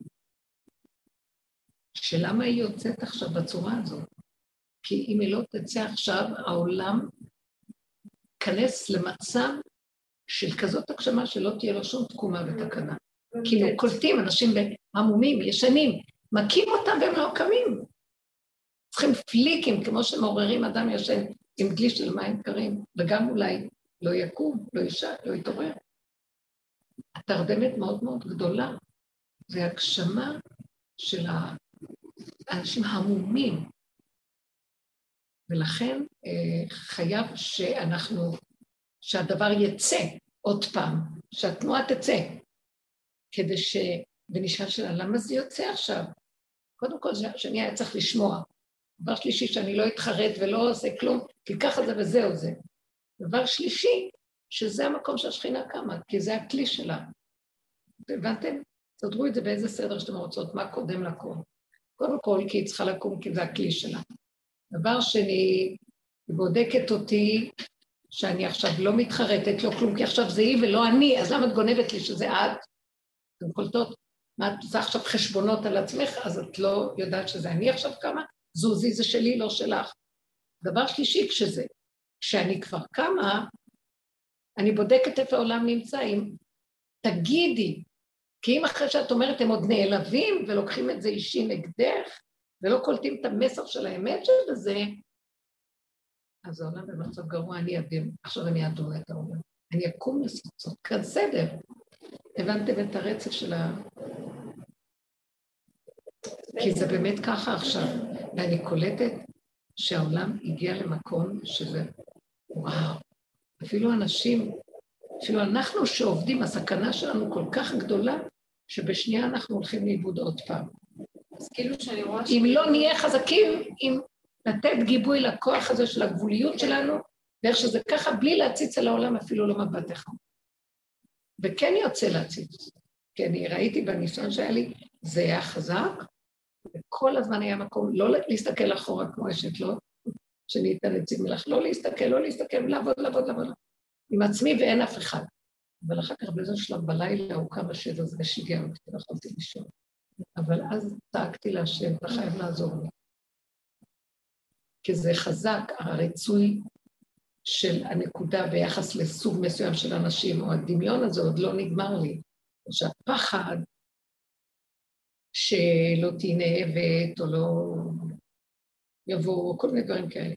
שלמה היא יוצאת עכשיו בצורה הזאת? כי אם היא לא תצא עכשיו, העולם כנס למצב של כזאת הגשמה שלא תהיה לו שום תקומה ותקנה. כאילו קולטים אנשים עמומים, ישנים, מכים אותם והם לא קמים. צריכים פליקים, כמו שמעוררים אדם ישן עם דלי של מים קרים, וגם אולי לא יקום, לא ישן, לא יתעורר. התרדמת מאוד מאוד גדולה. זה הגשמה של האנשים המומים. ולכן חייב שהדבר יצא עוד פעם, שהתנועה תצא, כדי ונשאל שלה, למה זה יוצא עכשיו? קודם כל, שאני היה צריך לשמוע. דבר שלישי, שאני לא אתחרט ולא עושה כלום, כי ככה זה וזהו זה. דבר שלישי, שזה המקום שהשכינה קמה, כי זה הכלי שלה. הבנתם? תדרו את זה באיזה סדר שאתם רוצות, מה קודם לקום. קודם כל, כי היא צריכה לקום, כי זה הכלי שלה. דבר שני, היא בודקת אותי, שאני עכשיו לא מתחרטת, לא כלום, כי עכשיו זה היא ולא אני, אז למה את גונבת לי שזה את? אתם קולטות, מה את עושה עכשיו חשבונות על עצמך, אז את לא יודעת שזה אני עכשיו כמה? זוזי זה שלי, לא שלך. דבר שלישי, כשאני כבר קמה, אני בודקת איפה העולם נמצא, אם תגידי, כי אם אחרי שאת אומרת, הם עוד נעלבים ולוקחים את זה אישי נגדך, ולא קולטים את המסר של האמת של זה, אז העולם במצב גרוע, עכשיו אני אדון את העולם. אני אקום לעשות כאן סדר. הבנתם את הרצף של כי זה באמת ככה עכשיו, ואני קולטת שהעולם הגיע למקום שזה, וואו, אפילו אנשים, אפילו אנחנו שעובדים, הסכנה שלנו כל כך גדולה, שבשנייה אנחנו הולכים לאיבוד עוד פעם. אז כאילו שאני רואה אם לא נהיה חזקים, אם לתת גיבוי לכוח הזה של הגבוליות שלנו, ואיך שזה ככה, בלי להציץ על העולם אפילו לא מבט אחד. וכן יוצא להציץ, כי אני ראיתי בניסיון שהיה לי, זה היה חזק, וכל הזמן היה מקום לא להסתכל אחורה כמו אשת לא, שנהייתה נציג מלך, לא להסתכל, לעבוד, עם עצמי ואין אף אחד. אבל אחר כך באיזו שלב בלילה הוא קם השד הזה ושיגע אותי, לא יכולתי לישון. אבל אז צעקתי להשם, אתה חייב לעזור לי. כי זה חזק, הריצוי של הנקודה ביחס לסוג מסוים של אנשים, או הדמיון הזה עוד לא נגמר לי. שהפחד שלא תהי נאבת, או לא יבואו, כל מיני דברים כאלה.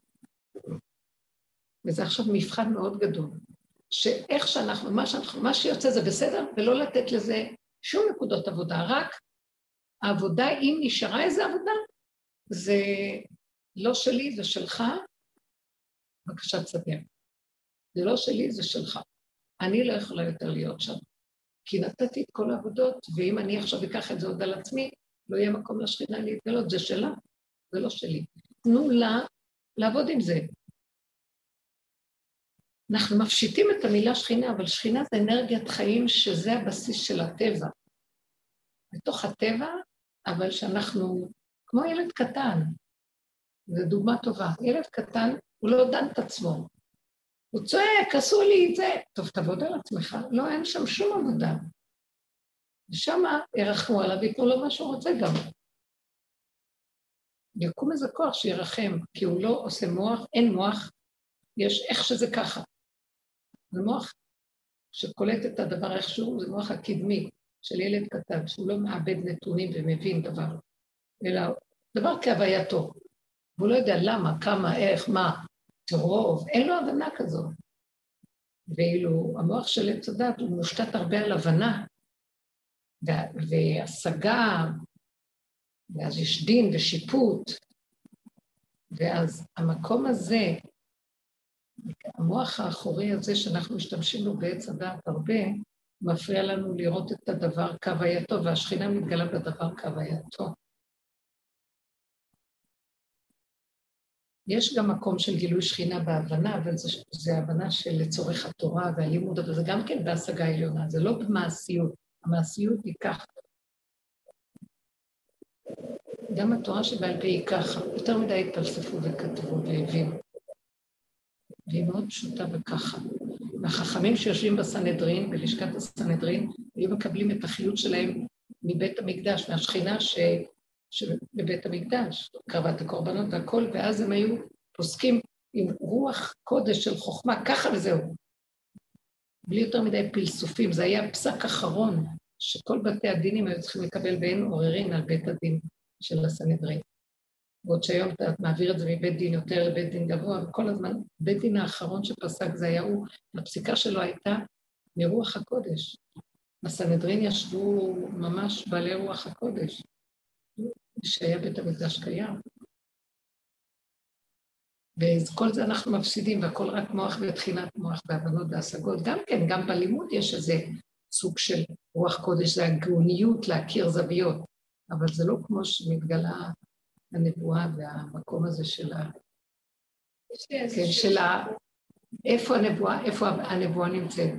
וזה עכשיו מבחן מאוד גדול, שאיך שאנחנו, מה שיוצא זה בסדר, ולא לתת לזה שום נקודות עבודה, רק העבודה, אם נשארה איזו עבודה, זה לא שלי, זה שלך, בבקשה תסדר. זה לא שלי, זה שלך. אני לא יכולה יותר להיות שם. כי נתתי את כל העבודות, ואם אני עכשיו אקח את זה עוד על עצמי, לא יהיה מקום לשכינה להתגלות, זה שלה, זה לא שלי. תנו לה לעבוד עם זה. אנחנו מפשיטים את המילה שכינה, אבל שכינה זה אנרגיית חיים שזה הבסיס של הטבע. בתוך הטבע, אבל שאנחנו, כמו ילד קטן, זו דוגמה טובה, ילד קטן, הוא לא דן את עצמו. הוא צועק, עשו לי את זה. טוב, תעבוד על עצמך. לא, אין שם שום עבודה. ושם ירחמו עליו, ויתנו לו מה שהוא רוצה גם. יקום איזה כוח שירחם, כי הוא לא עושה מוח, אין מוח, יש איך שזה ככה. זה מוח שקולט את הדבר איכשהו, זה מוח הקדמי של ילד קטן, שהוא לא מאבד נתונים ומבין דבר, אלא דבר כהווייתו. והוא לא יודע למה, כמה, איך, מה, טרוב, אין לו הבנה כזו. ואילו המוח של עץ הדת הוא מושתת הרבה על הבנה, והשגה, ואז יש דין ושיפוט, ואז המקום הזה, המוח האחורי הזה שאנחנו משתמשים בו בעץ הדת הרבה, מפריע לנו לראות את הדבר כהווייתו, והשכינה מתגלה בדבר כהווייתו. יש גם מקום של גילוי שכינה בהבנה, אבל זה הבנה של לצורך התורה והלימוד, אבל זה גם כן בהשגה העליונה, זה לא במעשיות, המעשיות היא ככה. גם התורה שבעל פה היא ככה, יותר מדי התפלספו וכתבו והבינו. והיא מאוד פשוטה וככה. והחכמים שיושבים בסנהדרין, בלשכת הסנהדרין, היו מקבלים את החיות שלהם מבית המקדש, מהשכינה שבבית המקדש, קרבת הקורבנות והכל, ואז הם היו פוסקים עם רוח קודש של חוכמה, ככה וזהו. בלי יותר מדי פלסופים, זה היה פסק אחרון, שכל בתי הדינים היו צריכים לקבל באין עוררין על בית הדין של הסנהדרין. ועוד שהיום אתה מעביר את זה מבית דין יותר לבית דין גבוה, וכל הזמן, בית דין האחרון שפסק זה היה הוא, הפסיקה שלו הייתה מרוח הקודש. הסנהדרין ישבו ממש בעלי רוח הקודש, שהיה בית המקדש קיים. וכל זה אנחנו מפסידים, והכל רק מוח ותחינת מוח בהבנות והשגות. גם כן, גם בלימוד יש איזה סוג של רוח קודש, זה הגאוניות להכיר זוויות, אבל זה לא כמו שמתגלה הנבואה והמקום הזה של איפה הנבואה נמצאת.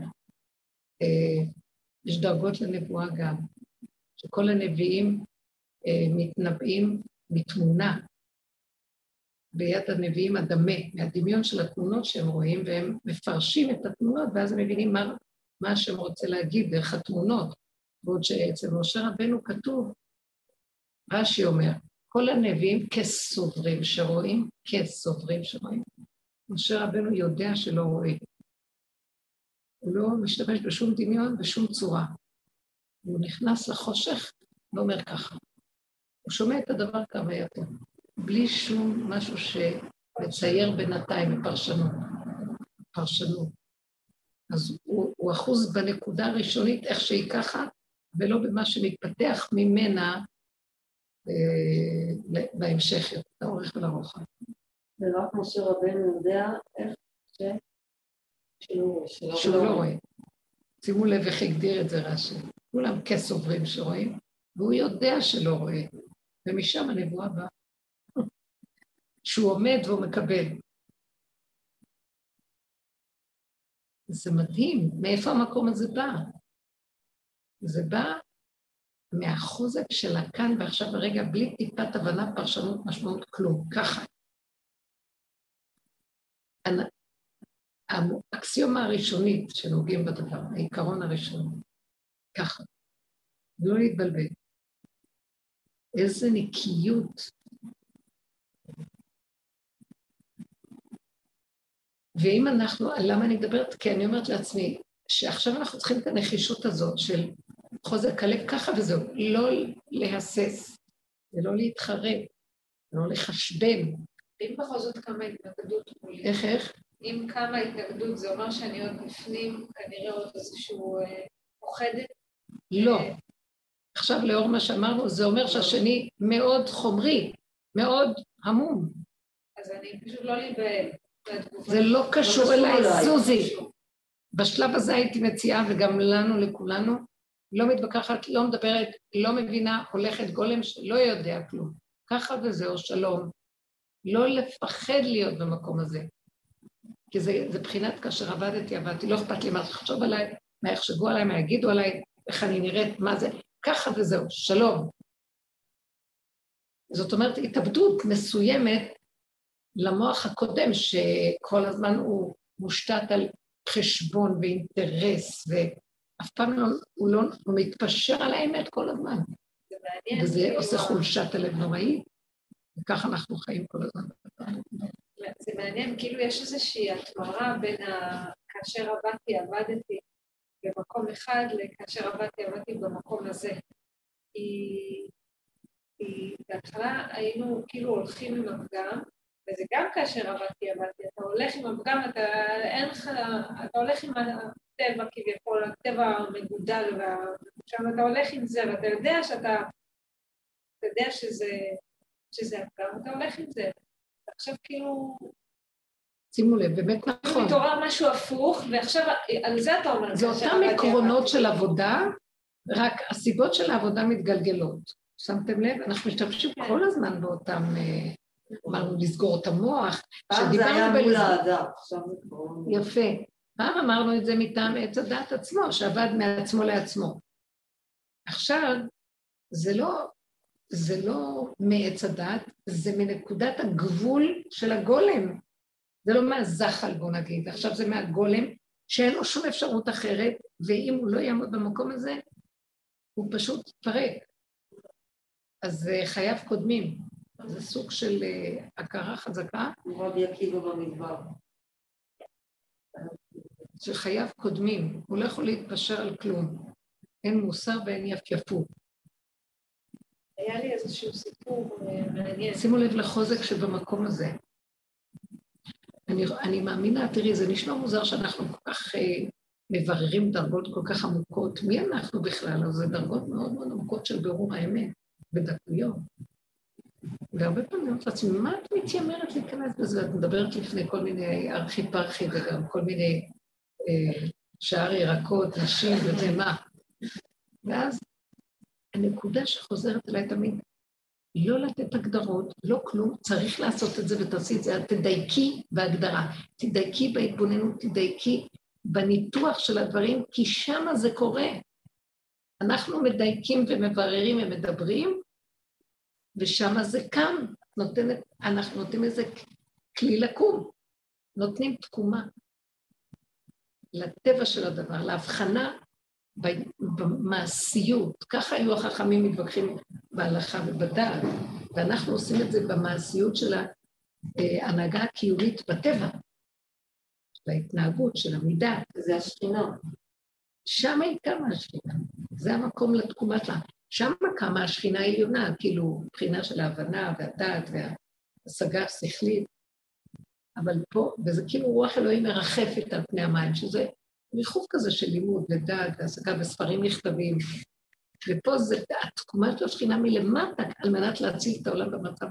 יש דרגות לנבואה גם, שכל הנביאים מתנבאים מתמונה, ביד הנביאים הדמה, מהדמיון של התמונות שהם רואים, והם מפרשים את התמונות, ואז הם מבינים מה שהם רוצה להגיד דרך התמונות. ועוד שאצל משה רבנו כתוב, רש"י אומר, כל הנביאים כסוברים שרואים, כסוברים שרואים. משה רבנו יודע שלא רואה. הוא לא משתמש בשום דמיון, בשום צורה. הוא נכנס לחושך, ואומר ככה. הוא שומע את הדבר כהווייתו, בלי שום משהו שמצייר בינתיים בפרשנות. פרשנות. אז הוא אחוז בנקודה הראשונית, איך שהיא ככה, ולא במה שמתפתח ממנה בהמשך, לאורך ולרוחב. ורק משה רבנו יודע איך שהוא לא רואה. שימו לב איך הגדיר את זה רש"י. כולם כסוברים שרואים, והוא יודע שלא רואה. ומשם הנבואה באה. שהוא עומד והוא מקבל. זה מדהים, מאיפה המקום הזה בא? זה בא מהחוזק של הכאן ועכשיו ברגע, בלי טיפת הבנה, פרשנות, משמעות, כלום, ככה. האקסיומה הראשונית שנוגעים בדבר, העיקרון הראשוני, ככה, לא להתבלבל. איזה נקיות. ואם אנחנו, למה אני מדברת? כי אני אומרת לעצמי, שעכשיו אנחנו צריכים את הנחישות הזאת של חוזק הלב ככה וזהו, לא להסס, ולא להתחרב, לא לחשבן. אם בכל זאת כמה התנגדות מולי. איך? אם כמה התנגדות, זה אומר שאני עוד בפנים, כנראה עוד איזשהו פוחדת? לא. עכשיו לאור מה שאמרנו, זה אומר שהשני מאוד חומרי, מאוד המום. אז אני פשוט לא להיבהל. זה לא קשור אליי, זוזי. בשלב הזה הייתי מציעה, וגם לנו, לכולנו, לא מתווכחת, לא מדברת, לא מבינה, הולכת גולם שלא יודע כלום. ככה וזהו, שלום. לא לפחד להיות במקום הזה. כי זה בחינת כאשר עבדתי, לא אכפת לי מה תחשוב עליי, מה יחשבו עליי, מה יגידו עליי, איך אני נראית, מה זה, ככה וזהו, שלום. זאת אומרת, התאבדות מסוימת למוח הקודם, שכל הזמן הוא מושתת על חשבון ואינטרס, ואף פעם הוא מתפשר על האמת כל הזמן. זה מעניין. וזה עושה חולשת הלב נוראי, וכך אנחנו חיים כל הזמן. זה מעניין, כאילו יש איזושהי התמרה בין כאשר עבדתי במקום אחד, לכאשר עבדתי במקום הזה. בהתחלה היינו כאילו הולכים עם הפגם, וזה גם כאשר עבדתי, אתה הולך עם הפגם, אתה הולך עם הטבע כביכול, הטבע המגודל, ושם אתה הולך עם זה, ואתה יודע שזה הפגם, אתה הולך עם זה. עכשיו כאילו... שימו לב, באמת נכון. מתעורר משהו הפוך, ועכשיו על זה אתה אומר... זה אותם עקרונות של עבודה, רק הסיבות של העבודה מתגלגלות. שמתם לב? אנחנו משתמשים כל הזמן באותם... אמרנו לסגור את המוח. פעם זה היה מול האדם, עכשיו זה כבר... יפה. פעם אמרנו את זה מטעם עץ הדת עצמו, שעבד מעצמו לעצמו. עכשיו, זה לא מעץ הדת, זה מנקודת הגבול של הגולם. זה לא מהזחל, בוא נגיד. עכשיו זה מהגולם, שאין לו שום אפשרות אחרת, ואם הוא לא יעמוד במקום הזה, הוא פשוט פרק. אז חייו קודמים. זה סוג של הכרה חזקה. רבי עקיבא במדבר. שחייו קודמים, הוא לא יכול להתפשר על כלום. אין מוסר ואין יפייפות. היה לי איזשהו סיפור מעניין. שימו לב לחוזק שבמקום הזה. אני מאמינה, תראי, זה נשמע מוזר שאנחנו כל כך מבררים דרגות כל כך עמוקות. מי אנחנו בכלל? אז זה דרגות מאוד מאוד עמוקות של בירור האמת, בדקויות. והרבה פעמים אני אומרת לעצמי, מה את מתיימרת להיכנס בזה? את מדברת לפני כל מיני ארכי פרחי וגם כל מיני שער ירקות, נשים וזה מה. ואז הנקודה שחוזרת אליי תמיד, לא לתת הגדרות, לא כלום, צריך לעשות את זה ותעשי את זה, תדייקי בהגדרה, תדייקי בהתבוננות, תדייקי בניתוח של הדברים, כי שם זה קורה. אנחנו מדייקים ומבררים ומדברים, ושם זה קם, אנחנו נותנים איזה כלי לקום, נותנים תקומה לטבע של הדבר, להבחנה במעשיות, ככה היו החכמים מתווכחים בהלכה ובדעת, ואנחנו עושים את זה במעשיות של ההנהגה הקיומית בטבע, של ההתנהגות, של המידה. זה השכינה. שם היא קמה השכינה, זה המקום לתקומת לה. שם קמה השכינה העליונה, כאילו בחינה של ההבנה והדעת וההשגה השכלית, אבל פה, וזה כאילו רוח אלוהים מרחפת על פני המים, שזה ריחוף כזה של לימוד ודעת והשגה וספרים נכתבים. ופה זה התקומה של השכינה מלמטה על מנת להציל את העולם במצב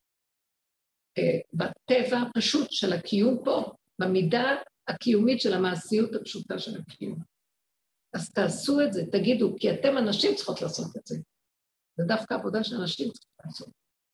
בטבע הפשוט של הקיום פה, במידה הקיומית של המעשיות הפשוטה של הקיום. אז תעשו את זה, תגידו, כי אתם אנשים צריכות לעשות את זה. זה דווקא עבודה שאנשים צריכות לעשות.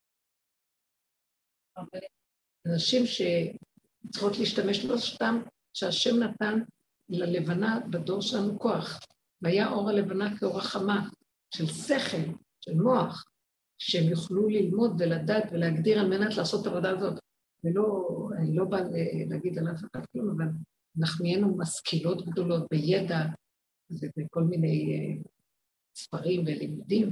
אנשים שצריכות להשתמש לא סתם, שהשם נתן ללבנה בדור שלנו כוח. והיה אור הלבנה כאור החמה, של שכל, של מוח, שהם יוכלו ללמוד ולדעת ולהגדיר על מנת לעשות את העבודה הזאת. אני לא באה להגיד על אף אחד כלום, אבל אנחנו נהיינו משכילות גדולות בידע, ובכל מיני ספרים ולימודים,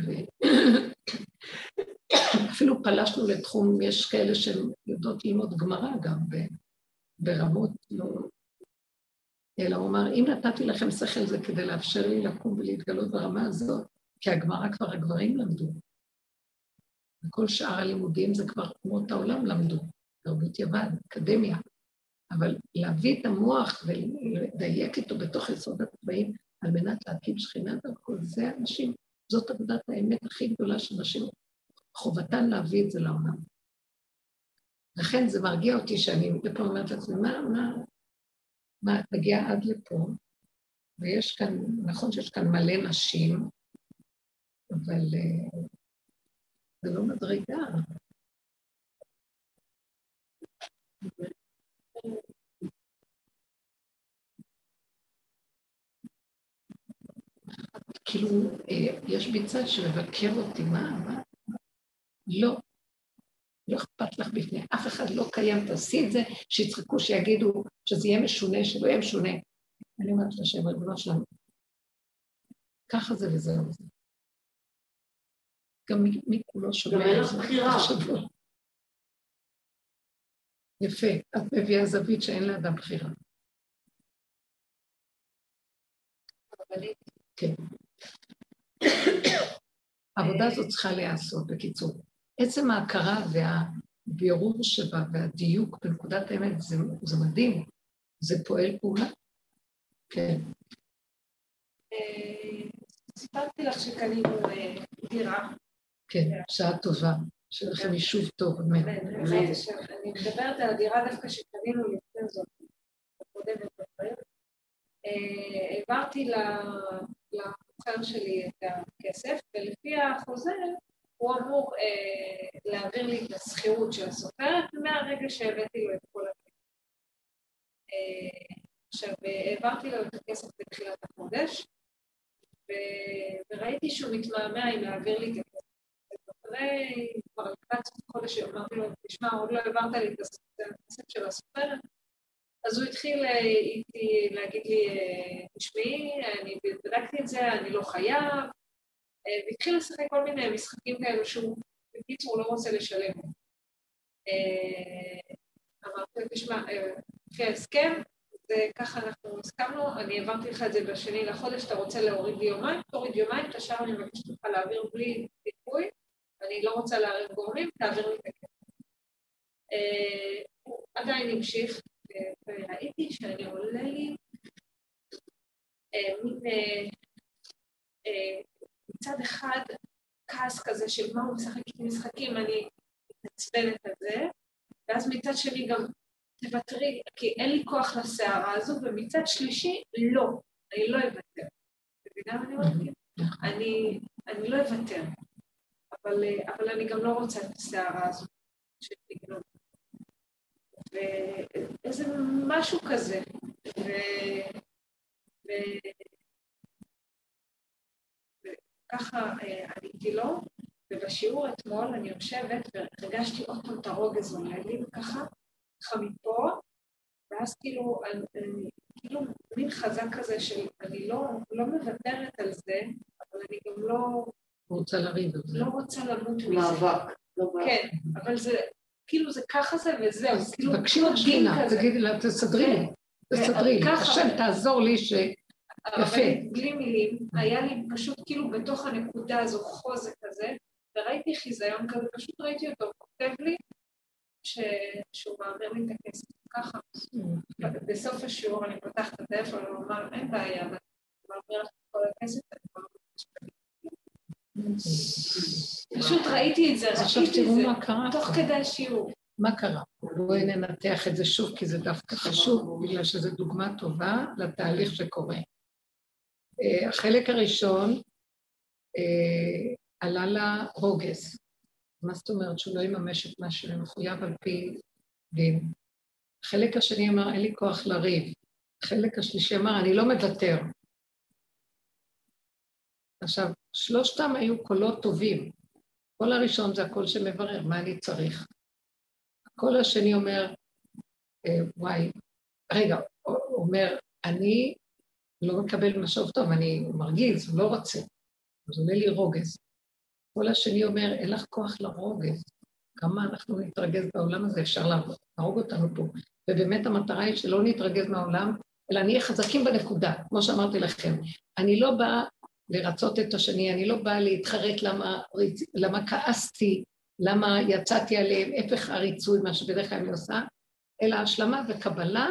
אפילו פלשנו לתחום, יש כאלה שהן יודעות ללמוד גמרא גם, ברמות, אלא הוא אומר, אם נתתי לכם שכל זה כדי לאפשר לי לקום ולהתגלות ברמה הזאת, כי הגמרא כבר הגברים למדו, וכל שאר הלימודים זה כבר אומות העולם למדו, תרבות יוון, אקדמיה, אבל להביא את המוח ולדייק איתו בתוך יסוד הטבעים, על מנת להקים שכינה דרכו, זה אנשים, זאת עבודת האמת הכי גדולה שאנשים חובתן להביא את זה לעולם. לכן זה מרגיע אותי שאני לפה אומרת לעצמי, מה, תגיע עד לפה, ויש כאן, נכון שיש כאן מלא נשים, אבל זה לא מדרגה. כאילו, יש בי צד שמבקר אותי, מה? לא אכפת לך בפני, אף אחד לא קיים, תעשי את זה, שיצחקו, שיגידו שזה יהיה משונה, שלא יהיה משונה. אני אומרת לשם, ריבונו שלנו, ככה זה וזהו זה. גם מי כולו שומע. גם אין לך בחירה. יפה, את מביאה זווית שאין לאדם בחירה. כן. העבודה הזאת צריכה להיעשות, בקיצור. עצם ההכרה והבירור שבה והדיוק בנקודת האמת, זה מדהים, זה פועל פעולה. כן. סיפרתי לך שקנינו דירה. כן, שעה טובה, שלכם יישוב טוב, אמן. אני מדברת על הדירה דווקא שקנינו לפני זאת, הקודמת בבית. העברתי למוכר שלי את הכסף, ולפי החוזה הוא אמור להעביר לי את השכירות של הסופרת, מהרגע שהבאתי לו את כל הכסף. עכשיו, העברתי לו את הכסף בתחילת החודש, וראיתי שהוא מתמהמה עם להעביר לי את הכסף. אחרי כבר לקראת חודש, אמרתי לו, תשמע, עוד לא העברת לי את הכסף של הסופרת, אז הוא התחיל איתי להגיד לי, תשמעי, אני בדקתי את זה, אני לא חייב, והתחיל לשחק כל מיני משחקים כאלו שהוא בקיצור הוא לא רוצה לשלם. אמרתי לו, תשמע, לפי ההסכם, וככה אנחנו הסכמנו, אני העברתי לך את זה בשני לחודש, אתה רוצה להוריד לי יומיים, תוריד יומיים, את השאר אני מבקשת לך להעביר בלי טיפוי, אני לא רוצה להעביר גורמים, תעביר לי את הכסף. הוא עדיין המשיך, וראיתי שאני עולה לי מצד אחד כעס כזה של מה הוא משחק איתי משחקים, אני מתעצבנת על זה, ואז מצד שני גם תוותרי, כי אין לי כוח לסערה הזו, ומצד שלישי לא, אני לא אוותר. מבינה מה אני אומרת? אני לא אוותר, אבל אני גם לא רוצה את הסערה הזו שתגנוב. ואיזה משהו כזה, וככה עניתי לו, ובשיעור אתמול אני יושבת והרגשתי עוד פעם את הרוגז עולה לי, וככה מפה, ואז כאילו מין חזק כזה של אני לא מוותרת על זה, אבל אני גם לא רוצה לריב, לא רוצה למות מזה. מאבק. כן, אבל זה כאילו זה ככה זה וזהו. תבקשי לשכינה, תגידי לה, תסדרי לי, השם תעזור לי ש... יפה. בלי מילים, היה לי פשוט כאילו בתוך הנקודה הזו חוזק כזה, וראיתי חיזיון כזה, פשוט ראיתי אותו, הוא כותב לי שהוא מעביר לי את הכסף. ככה. בסוף השיעור אני פותחת את הטלפון ואומר, אין בעיה, ואני אומר לך כל הכסף, אני כבר פשוט ראיתי את זה, עכשיו תראו מה קרה. תוך כדי השיעור. מה קרה? בואי ננתח את זה שוב, כי זה דווקא חשוב, בגלל שזו דוגמה טובה לתהליך שקורה. החלק הראשון עלה לה רוגז. מה זאת אומרת? שהוא לא יממש את מה שמחויב על פי דין. החלק השני אמר, אין לי כוח לריב. החלק השלישי אמר, אני לא מוותר. עכשיו, שלושתם היו קולות טובים. הקול הראשון זה הקול שמברר, מה אני צריך. הקול השני אומר, וואי, רגע, הוא אומר, אני לא מקבל משוב טוב, אני מרגיז, לא רוצה. אז עולה לי רוגז. הקול השני אומר, אין לך כוח לרוגז. כמה אנחנו נתרגז בעולם הזה, אפשר להרוג אותנו פה. ובאמת המטרה היא שלא נתרגז מהעולם, אלא נהיה חזקים בנקודה, כמו שאמרתי לכם. אני לא באה לרצות את השני, אני לא באה להתחרט למה כעסתי, למה יצאתי עליהם, הפך הריצוי, מה שבדרך כלל אני עושה, אלא השלמה וקבלה,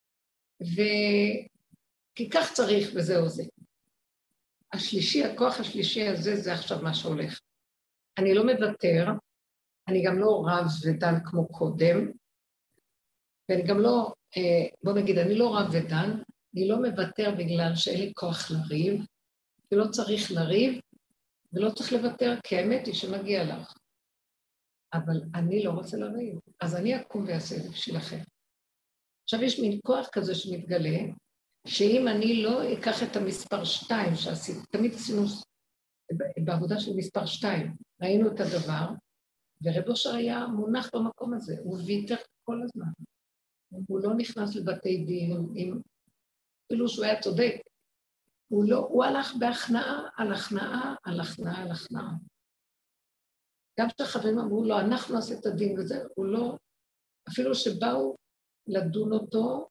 כי כך צריך וזהו זה. השלישי, הכוח השלישי הזה, זה עכשיו מה שהולך. אני לא מוותר, אני גם לא רב ודן כמו קודם, ואני גם לא, בוא נגיד, אני לא רב ודן, אני לא מוותר בגלל שאין לי כוח לריב, ולא צריך לריב, ולא צריך לוותר, כי האמת היא שמגיע לך. אבל אני לא רוצה לריב, אז אני אקום ואעשה את זה בשבילכם. עכשיו יש מין כוח כזה שמתגלה, שאם אני לא אקח את המספר 2 שעשיתי, תמיד עשינו בעבודה של מספר 2, ראינו את הדבר, ורב אושר היה מונח במקום הזה, הוא ויתר כל הזמן. הוא לא נכנס לבתי דין, אפילו שהוא היה צודק, הוא הלך בהכנעה, על הכנעה, על הכנעה, על הכנעה. גם כשהחברים אמרו לו, אנחנו נעשה את הדין וזה, הוא לא, אפילו שבאו לדון אותו,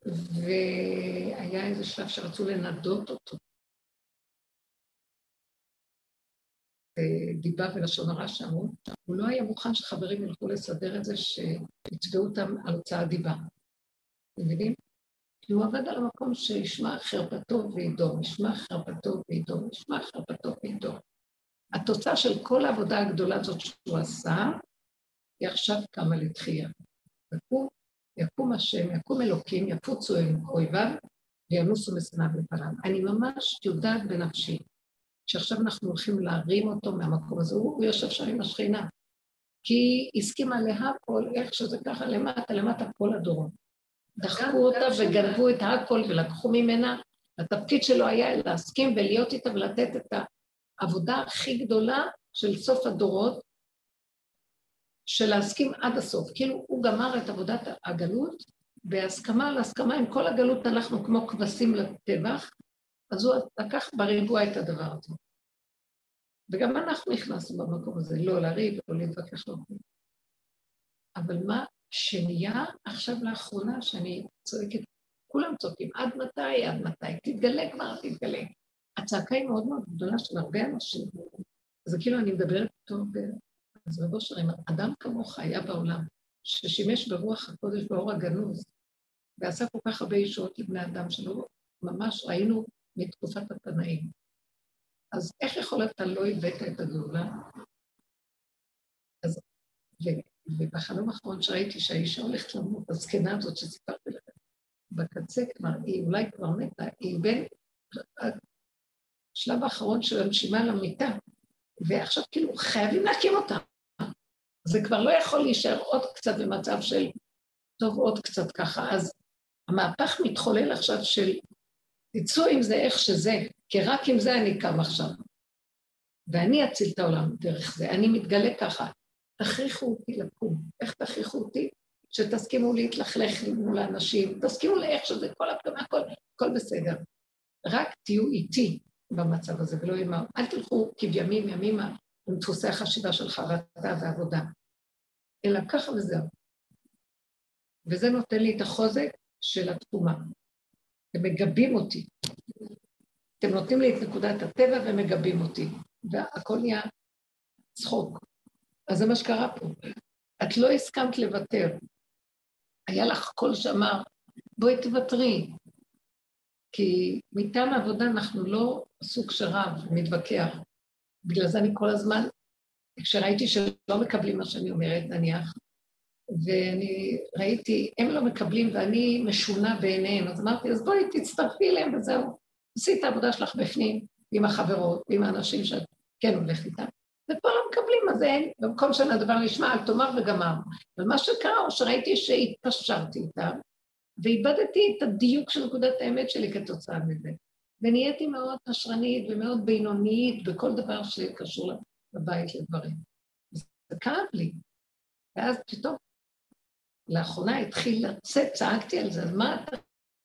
והיה איזה שלב שרצו לנדות אותו. דיבה ולשון הרע שאמרו, הוא לא היה מוכן שחברים ילכו לסדר את זה, שיצבעו אותם על הוצאה דיבה. אתם מבינים? כי הוא עבד על המקום שישמע חרפתו וידום, ישמע חרפתו וידום, ישמע חרפתו וידום. התוצאה של כל העבודה הגדולה הזאת שהוא עשה, היא עכשיו קמה לתחייה. יקום השם, יקום אלוקים, יפוצו אויביו, וינוסו משנאיו לפניו. אני ממש יודעת בנפשי, שעכשיו אנחנו הולכים להרים אותו מהמקום הזה, הוא יושב שם עם השכינה, כי הסכימה להכל, איך שזה ככה למטה כל הדורות. דחקו אותה וגנבו את הכל ולקחו ממנה, התפקיד שלו היה להסכים ולהיות איתה ולתת את העבודה הכי גדולה של סוף הדורות, של להסכים עד הסוף. כאילו הוא גמר את עבודת הגלות, בהסכמה על הסכמה עם כל הגלות הלכנו כמו כבשים לטבח, אז הוא לקח בריבוע את הדבר הזה. וגם אנחנו נכנסנו במקום הזה, לא לריב, לא להתווכח, לא. אבל מה שנהיה עכשיו לאחרונה שאני צועקת, כולם צועקים, עד מתי, תתגלה כבר, תתגלה. הצעקה היא מאוד מאוד גדולה של הרבה אנשים. אז כאילו אני מדברת טוב, אז רב אושר, אדם כמוך היה בעולם, ששימש ברוח הקודש באור הגנוז, ועשה כל כך הרבה ישועות לבני אדם שלו, ממש ראינו מתקופת התנאים. אז איך יכול להיות אתה לא הבאת את הגאולה? אז, ובחלום האחרון שראיתי שהאישה הולכת למות, הזקנה הזאת שסיפרתי לכם, בקצה כבר, היא אולי כבר מתה, היא בין השלב האחרון של הנשימה למיטה, ועכשיו כאילו חייבים להקים אותה. זה כבר לא יכול להישאר עוד קצת במצב של, טוב עוד קצת ככה, אז המהפך מתחולל עכשיו של, תצאו עם זה איך שזה, כי רק עם זה אני קם עכשיו. ואני אציל את העולם דרך זה, אני מתגלה ככה. תכריחו אותי לקום. איך תכריחו אותי? שתסכימו להתלכלך מול האנשים, תסכימו לאיך שזה, כל הפגמה, הכל בסדר. רק תהיו איתי במצב הזה, ולא יאמר, אל תלכו כבימים ימימה עם דפוסי החשיבה של חרטה ועבודה. אלא ככה וזהו. וזה נותן לי את החוזק של התקומה. הם מגבים אותי. אתם נותנים לי את נקודת הטבע ומגבים אותי. והכל נהיה צחוק. אז זה מה שקרה פה. את לא הסכמת לוותר. היה לך קול שאמר, בואי תוותרי. כי מטעם העבודה אנחנו לא סוג שרב ומתווכח. בגלל זה אני כל הזמן, כשראיתי שלא מקבלים מה שאני אומרת, נניח, ואני ראיתי, הם לא מקבלים ואני משונה בעיניהם, אז אמרתי, אז בואי תצטרפי אליהם וזהו. עשי את העבודה שלך בפנים, עם החברות, עם האנשים שאת כן הולכת איתם. ופה לא מקבלים, אז אין, במקום שהדבר נשמע, על תאמר וגמר. אבל מה שקרה, או שראיתי שהתפשרתי איתם, ואיבדתי את הדיוק של נקודת האמת שלי כתוצאה מזה. ונהייתי מאוד פשרנית ומאוד בינונית בכל דבר שקשור לבית לדברים. זה כאב לי. ואז פתאום, לאחרונה התחיל לצאת, צעקתי על זה, אז מה אתה...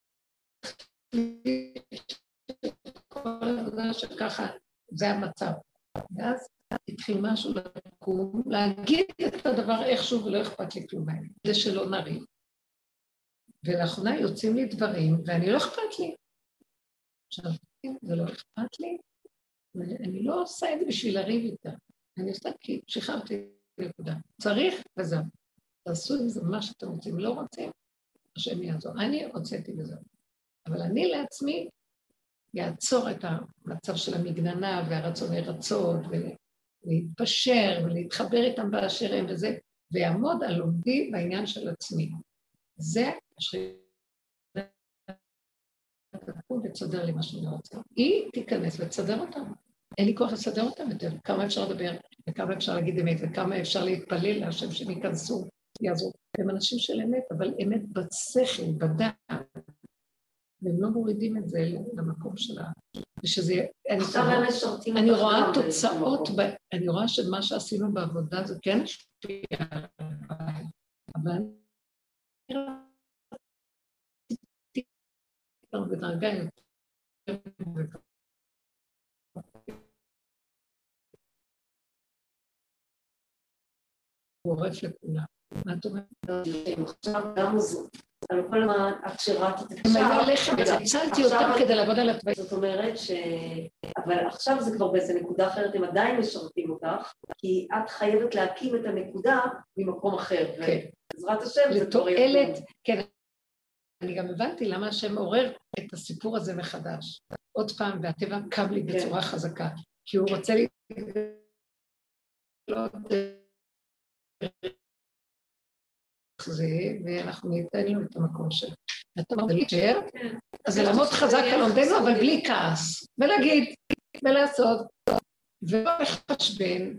כל עבודה שככה, זה המצב. ואז התחיל משהו לקום, להגיד את הדבר איכשהו ולא אכפת לי כלום מהם. זה שלא נריב. ולאחרונה יוצאים לי דברים, ואני לא אכפת לי. עכשיו, זה לא אכפת לי, ואני לא עושה את זה בשביל לריב איתה. אני עושה כי שחררתי נקודה. צריך וזהו. תעשו עם זה מה שאתם רוצים. לא רוצים, השם יעזור. אני הוצאתי וזהו. אבל אני לעצמי יעצור את המצב של המגננה והרצון לרצות, ולהתפשר ולהתחבר איתם באשר הם וזה, ויעמוד על עומדי בעניין של עצמי. זה השחילה תקום ותסדר לי מה שאני רוצה. היא תיכנס ותסדר אותם. אין לי כוח לסדר אותם יותר. כמה אפשר לדבר, וכמה אפשר להגיד אמת, וכמה אפשר להתפלל להשם שהם ייכנסו, יעזור. הם אנשים של אמת, אבל אמת בשכל, בדעת. והם לא מורידים את זה למקום שלה. ושזה... אני רואה תוצאות, אני רואה שמה שעשינו בעבודה זה כן שפיע, אבל בדרגה יותר הוא עורף לכולם. מה את אומרת? עכשיו גם זאת. אבל כל הזמן, את שירתת את הם היו הלחם, הצלתי אותם כדי לעבוד על התוואים. זאת אומרת אבל עכשיו זה כבר באיזה נקודה אחרת, הם עדיין משרתים אותך, כי את חייבת להקים את הנקודה ממקום אחר. כן. בעזרת השם זה כבר לתועלת, כן. אני גם הבנתי למה השם עורר את הסיפור הזה מחדש. עוד פעם, והטבע קם לי בצורה חזקה, כי הוא רוצה לי... זה, ואנחנו ניתן לו את המקום שלו. אתה אומר, להישאר, אז זה לעמוד חזק על עומדנו, אבל בלי כעס, ולהגיד, ולעשות, ולא לחשבן,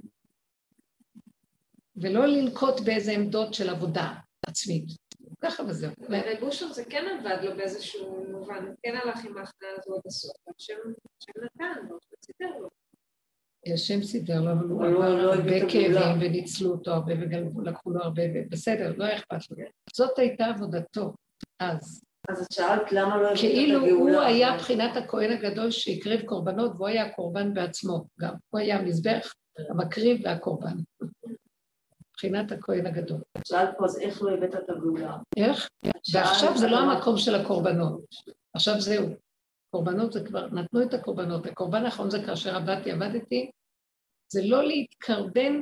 ולא לנקוט באיזה עמדות של עבודה עצמית. ככה וזהו. רגושר זה כן עבד לו באיזשהו מובן, כן הלך עם ההכנעה הזו עד הסוף, השם נתן לו, וצידר לו. השם סידר לו, אבל הוא עבר הרבה כאבים וניצלו אותו הרבה ולקחו לו הרבה, בסדר, לא היה אכפת לו. זאת הייתה עבודתו, אז. אז את שאלת למה לא הבאת את הגאולה? כאילו הוא היה בחינת הכהן הגדול שהקריב קורבנות, והוא היה הקורבן בעצמו גם. הוא היה המזבח, המקריב והקורבן. בחינת הכהן הגדול. שאלת פה, אז איך לא הבאת את הגאולה? איך? ועכשיו זה לא המקום של הקורבנות. עכשיו זהו. קורבנות זה כבר, נתנו את הקורבנות. הקורבן האחרון זה כאשר עבדתי, זה לא להתקרבן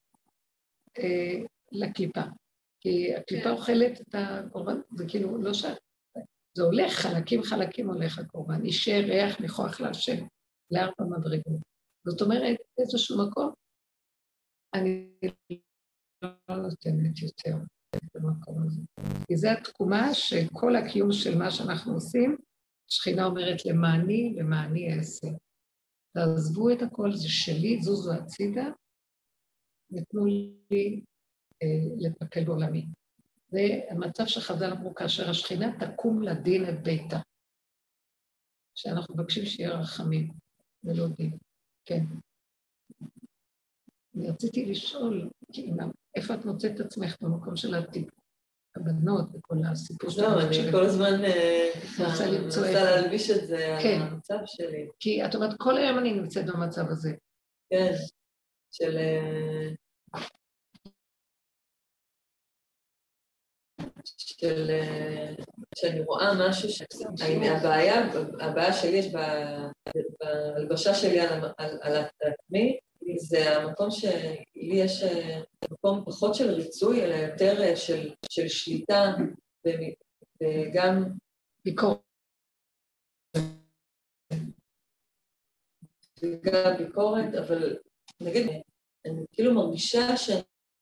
לקליפה. כי הקליפה אוכלת את הקורבן, זה כאילו לא שאת. זה הולך, חלקים הולך הקורבן. אישר ריח ניחוח להשם, לארבע מדרגות. זאת אומרת, איזשהו מקום, אני לא נותנת יותר במקום הזה. כי זה התקומה שכל הקיום של מה שאנחנו עושים, שכינה אומרת למעני אעשה. תעזבו את הכל, זה שלי, זוזו הצידה, ותנו לי לטפל בעולמי. זה המצב שחז"ל אמרו, כאשר השכינה תקום לדין את ביתה. שאנחנו מבקשים שיהיה רחמים, ולא דין. כן. אני רציתי לשאול, איפה את מוצאת את עצמך במקום של העתיד? הבנות וכל הסיפור שלנו. לא, אני כל הזמן מנסה להלביש את זה על המצב שלי. כי את אומרת, כל היום אני נמצאת במצב הזה. כן, שאני רואה משהו הבעיה שלי יש בהלבשה שלי על עצמי, זה המקום שלי יש מקום פחות של ריצוי, אלא יותר של שליטה וגם ביקורת. וגם ביקורת, אבל נגיד, אני כאילו מרגישה שאני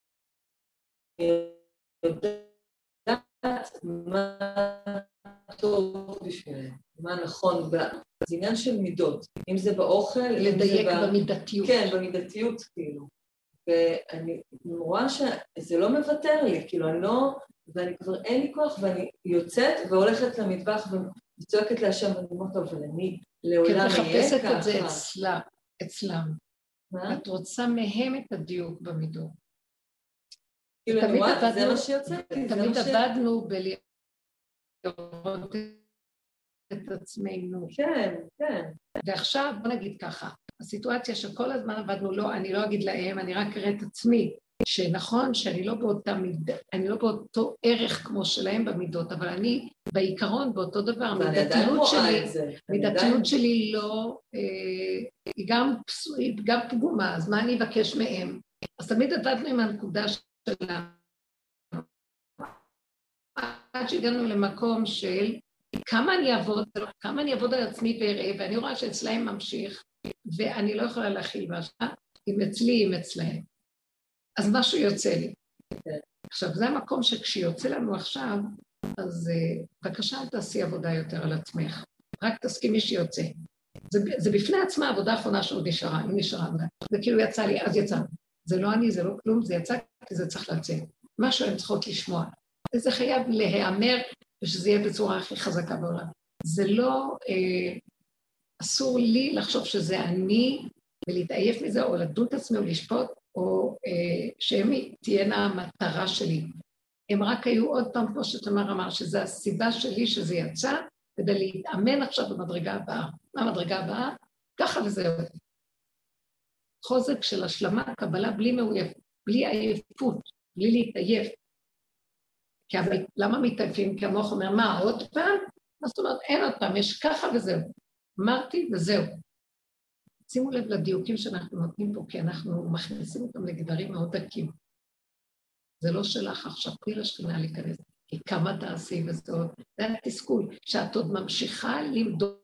יודעת מה טוב בשבילי, מה נכון, זה עניין של מידות, אם זה באוכל, לדייק במידתיות. כן, במידתיות כאילו. ואני רואה שזה לא מוותר לי, כאילו אני לא, ואני כבר אין לי כוח, ואני יוצאת והולכת למטבח וצועקת להשם, ואני אומרת טוב, אבל אני לעולם אהיה ככה. כי את מחפשת את זה אצלם. מה? את רוצה מהם את הדיוק במידות. כאילו אני רואה, זה מה שיוצא. תמיד עבדנו בלראות את עצמנו. כן, כן. ועכשיו, בוא נגיד ככה, הסיטואציה שכל הזמן עבדנו, לא, אני לא אגיד להם, אני רק אראה את עצמי, שנכון שאני לא באותה מידה, אני לא באותו ערך כמו שלהם במידות, אבל אני בעיקרון באותו דבר, המידתיות שלי לא, היא גם פגומה, אז מה אני אבקש מהם? אז תמיד עבדנו עם הנקודה שלה, עד שהגענו למקום של כמה אני אעבוד על עצמי ואראה, ואני רואה שאצלהם ממשיך, ואני לא יכולה להכיל משהו, אם אצלי, אם אצלהם. אז משהו יוצא לי. עכשיו, זה המקום שכשיוצא לנו עכשיו, אז בבקשה אל תעשי עבודה יותר על עצמך, רק תסכימי שיוצא. זה בפני עצמה העבודה האחרונה שעוד נשארה, אם נשארה עבודה. זה כאילו יצא לי, אז יצא. זה לא אני, זה לא כלום, זה יצא, כי זה צריך לצאת. משהו הן צריכות לשמוע. וזה חייב להיאמר, ושזה יהיה בצורה הכי חזקה בעולם. זה לא, אסור לי לחשוב שזה אני, ולהתעייף מזה, או לדון את עצמי, או לשפוט, או שהם תהיינה המטרה שלי. הם רק היו עוד פעם, כמו שתמר אמר, שזו הסיבה שלי שזה יצא, כדי להתאמן עכשיו במדרגה הבאה. מה המדרגה הבאה? ככה וזהו. חוזק של השלמה, קבלה בלי עייפות, בלי להתעייף. כי למה מתעייפים? כי המוח אומר, מה, עוד פעם? מה זאת אומרת, אין עוד פעם, יש ככה וזהו. אמרתי וזהו. שימו לב לדיוקים שאנחנו נותנים פה, כי אנחנו מכניסים אותם לגדרים מאוד דקים. זה לא שלך עכשיו, תני לשכינה להיכנס, כי כמה תעשי וזאת, זה התסכול, שאת עוד ממשיכה למדוד.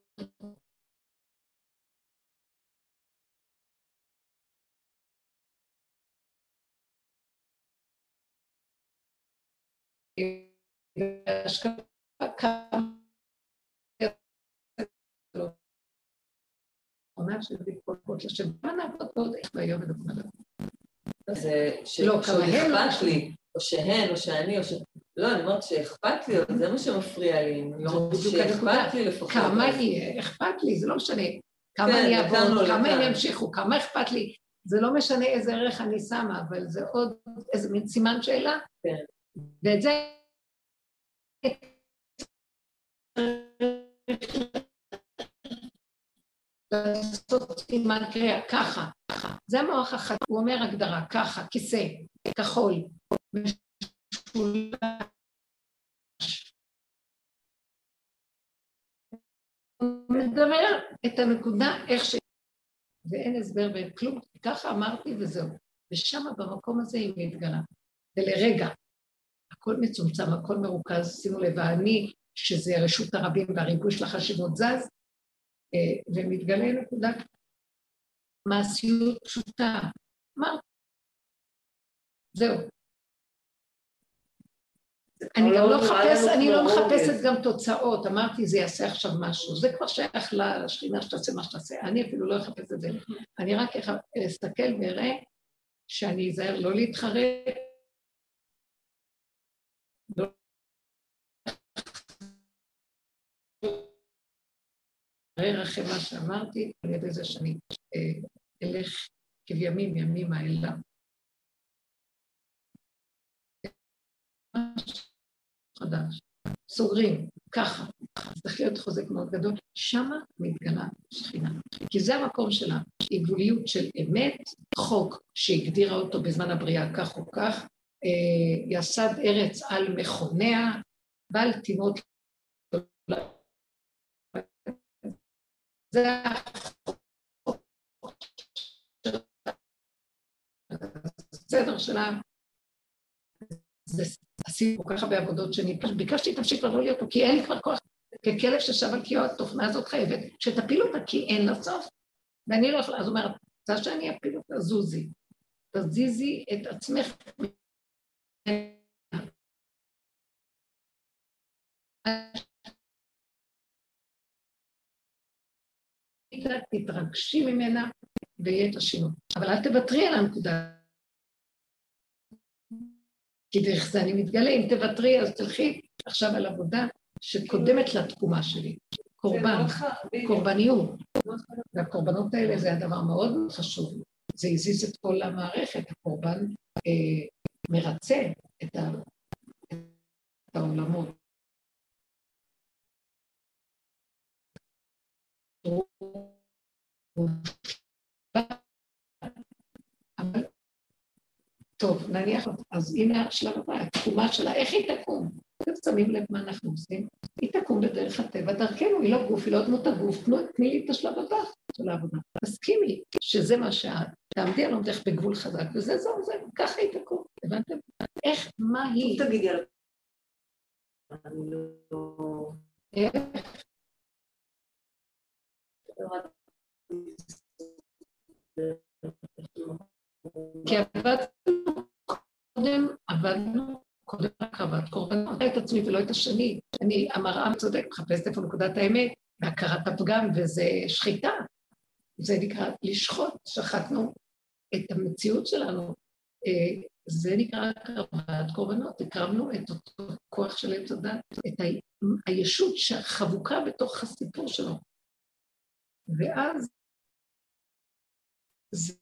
עונה של ביקורת לשם, מה נעבוד עוד איך ביום ודבר? זה שאכפת לי, או שהן, או שאני, או ש... לא, אני אומרת שאכפת לי, אבל זה מה שמפריע לי, אני לא אומרת שאכפת לי לפחות. כמה יהיה, אכפת לי, זה לא משנה. כמה אני אעבוד, כמה הם ימשיכו, כמה אכפת לי. זה לא משנה איזה ערך אני שמה, אבל זה עוד איזה מין סימן שאלה. כן. ואת זה... לעשות סימן קריאה, ככה. זה המוח החד, הוא אומר הגדרה, ככה, כיסא, כחול, משולש. הוא מדבר את הנקודה איך ש... ואין הסבר ואין כלום, ככה אמרתי וזהו. ושם במקום הזה היא מתגלה. ולרגע, הכל מצומצם, הכל מרוכז, שימו לב, אני, שזה רשות הרבים והריבוי של החשיבות זז, ומתגלה נקודת מעשיות פשוטה. מה? זהו. אני לא מחפשת גם תוצאות, אמרתי זה יעשה עכשיו משהו, זה כבר שייך לשכינה שתעשה מה שתעשה, אני אפילו לא אחפש את זה, אני רק אסתכל ואראה שאני אזהר לא להתחרט, לא להתחרר אחרי מה שאמרתי, על ידי זה שאני אלך כבימים ימים האלה. חדש, סוגרים, ככה, צריך להיות חוזק מאוד גדול, שמה מתגלה שכינה, כי זה המקום שלה, עיגוליות של אמת, חוק שהגדירה אותו בזמן הבריאה כך או כך, יסד ארץ על מכוניה, בעל תימות, זה הסדר שלה, זה עשיתי כל כך הרבה עבודות שאני ביקשתי תמשיך לא להיות פה, כי אין לי כבר כוח, ככלב ששב על קיאו, התוכנה הזאת חייבת, שתפיל אותה, כי אין לה סוף. ואני לא יכולה, אז אומרת, רוצה שאני אפיל אותה, זוזי. תזיזי את עצמך. תתרגשי ממנה ויהיה את השינוי. אבל אל תוותרי על הנקודה. כי דרך זה אני מתגלה, אם תוותרי אז תלכי עכשיו על עבודה שקודמת לתקומה שלי. קורבן, קורבניות. והקורבנות האלה זה הדבר מאוד חשוב. זה הזיז את כל המערכת, הקורבן מרצה את העולמות. אבל טוב, נניח, אז הנה השלב הבא, התקומה שלה, איך היא תקום? אתם שמים לב מה אנחנו עושים? היא תקום בדרך הטבע, דרכנו, היא לא גוף, היא לא דמות הגוף, תני לי את השלב הבא של העבודה. תסכימי שזה מה שאת, תעמדי על עומדך בגבול חזק, וזה זהו, זה, ככה היא תקום, הבנתם? איך, מה היא? טוב תגידי על... אני לא... איך? כי עבדנו קודם רק עבד קורבנות, לא את עצמי ולא את השני. אני המראה צודק, מחפשת איפה נקודת האמת, והכרת הפגם, וזה שחיטה. זה נקרא לשחוט, שחטנו את המציאות שלנו. זה נקרא הקרבת קורבנות, הקרבנו את אותו כוח של עץ הדת, את הישות שחבוקה בתוך הסיפור שלו. ואז זה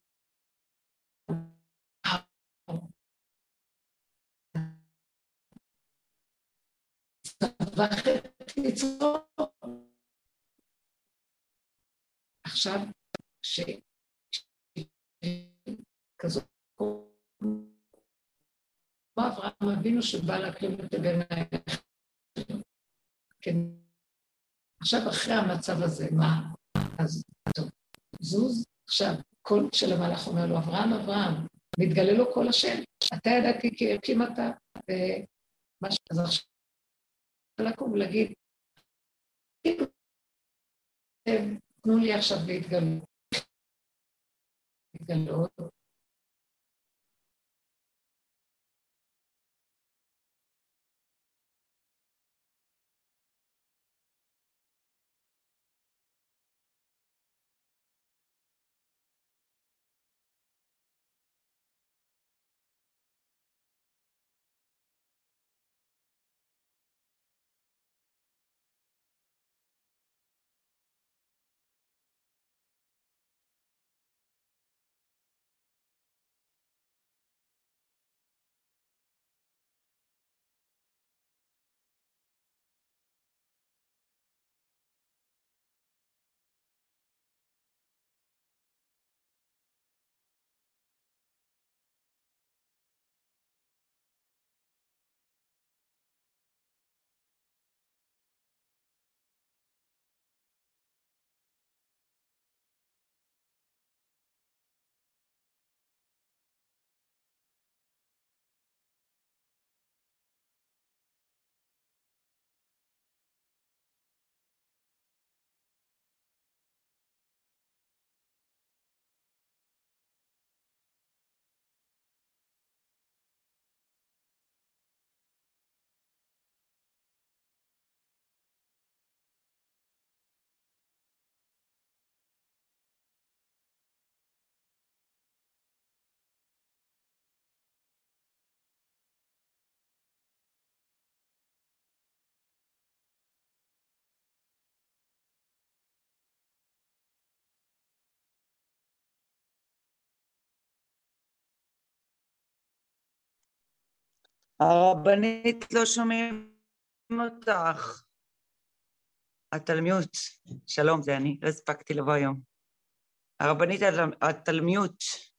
צבח את יצרו. עכשיו, כזאת, כמו אברהם אבינו שבא להקריב את הבן כן. עכשיו, אחרי המצב הזה, מה? אז טוב, זוז, עכשיו, כל של המלאך אומר לו, אברהם, מתגלה לו כל השם, אתה ידעתי כי הקים אתה, אז עכשיו לקום ולהגיד, תנו לי עכשיו להתגלות. הרבנית, לא שומעים אותך. את על מיוט. שלום, זה אני. לא הספקתי לבוא היום. הרבנית, את על מיוט.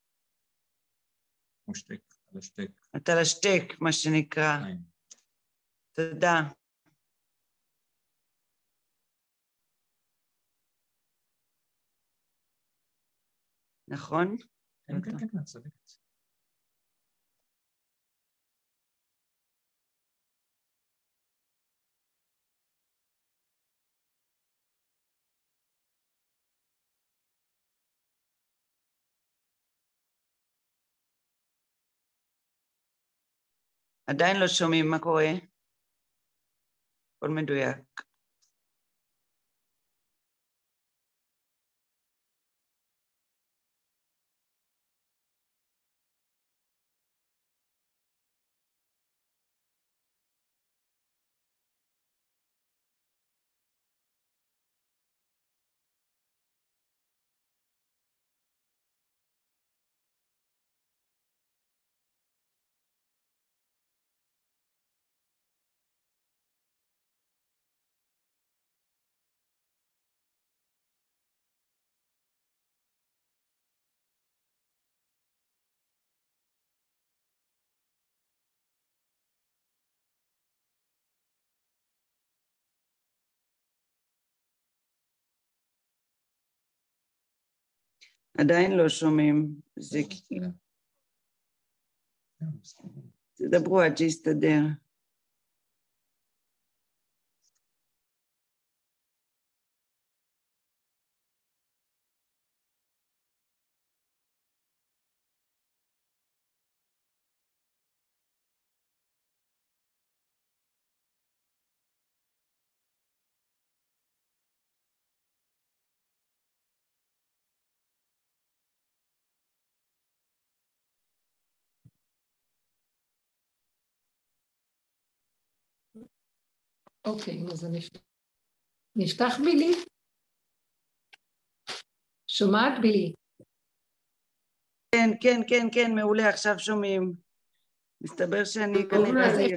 על השתק. את על השתק, מה שנקרא. תודה. נכון? כן, צודקת. עדיין לא שומעים, מה קורה? הכל מדויק. עדיין לא שומעים, זה תדברו עד שיסתדר. אוקיי, אז זה נפתח בילי? שומעת בילי? כן, כן, כן, כן, מעולה, עכשיו שומעים. מסתבר שאני כנראה...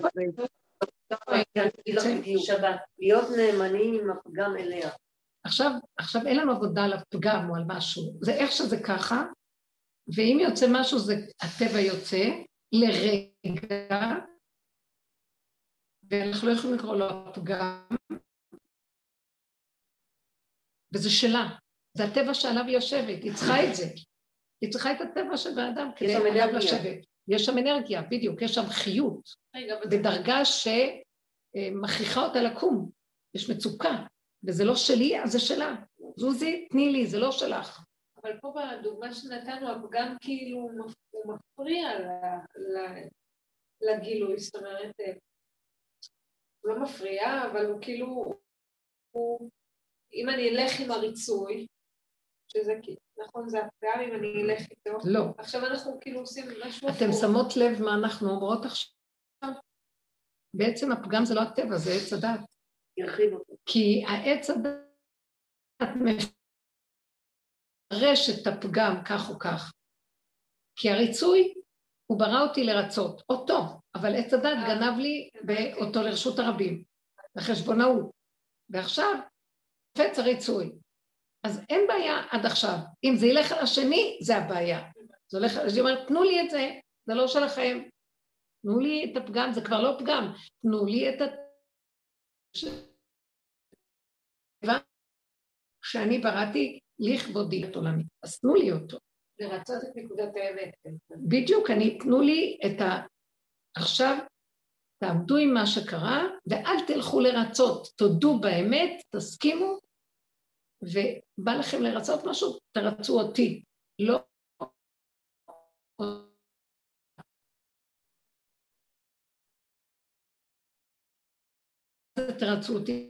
להיות נאמנים עם הפגם אליה. עכשיו אין לנו עבודה על הפגם או על משהו, זה איך שזה ככה, ואם יוצא משהו זה הטבע יוצא לרגע, ואנחנו לא יכולים לקרוא לו הפגם, וזה שלה, זה הטבע שעליו היא יושבת, היא צריכה את זה, היא צריכה את הטבע של האדם כדי עליו לשבת. יש שם אנרגיה, בדיוק, יש שם חיות, בדרגה שמכריחה אותה לקום, יש מצוקה, וזה לא שלי, אז זה שלה. זוזי, תני לי, זה לא שלך. אבל פה בדוגמה שנתנו, הפגם כאילו הוא מפריע לגילוי, זאת אומרת, הוא לא מפריע, אבל הוא כאילו, אם אני אלך עם הריצוי, שזה נכון, זה הפגם אם אני אלך איתו. לא. עכשיו אנחנו כאילו עושים משהו... אתם שמות לב מה אנחנו אומרות עכשיו? בעצם הפגם זה לא הטבע, זה עץ הדת. ירחיב אותו. כי העץ הדת מפרש את הפגם כך או כך. כי הריצוי, הוא ברא אותי לרצות, אותו, אבל עץ הדת גנב לי אותו לרשות הרבים, לחשבונאות. ועכשיו, פץ הריצוי. אז אין בעיה עד עכשיו. אם זה ילך על השני, זה הבעיה. זה הולך, אז היא אומרת, תנו לי את זה, זה לא שלכם. תנו לי את הפגם, זה כבר לא פגם. תנו לי את שאני בראתי לכבודי את עולמי. אז תנו לי אותו. לרצות את נקודת האמת. בדיוק, תנו לי את עכשיו, תעמדו עם מה שקרה, ואל תלכו לרצות. תודו באמת, תסכימו, ובא לכם לרצות משהו, תרצו אותי. לא. תרצו אותי.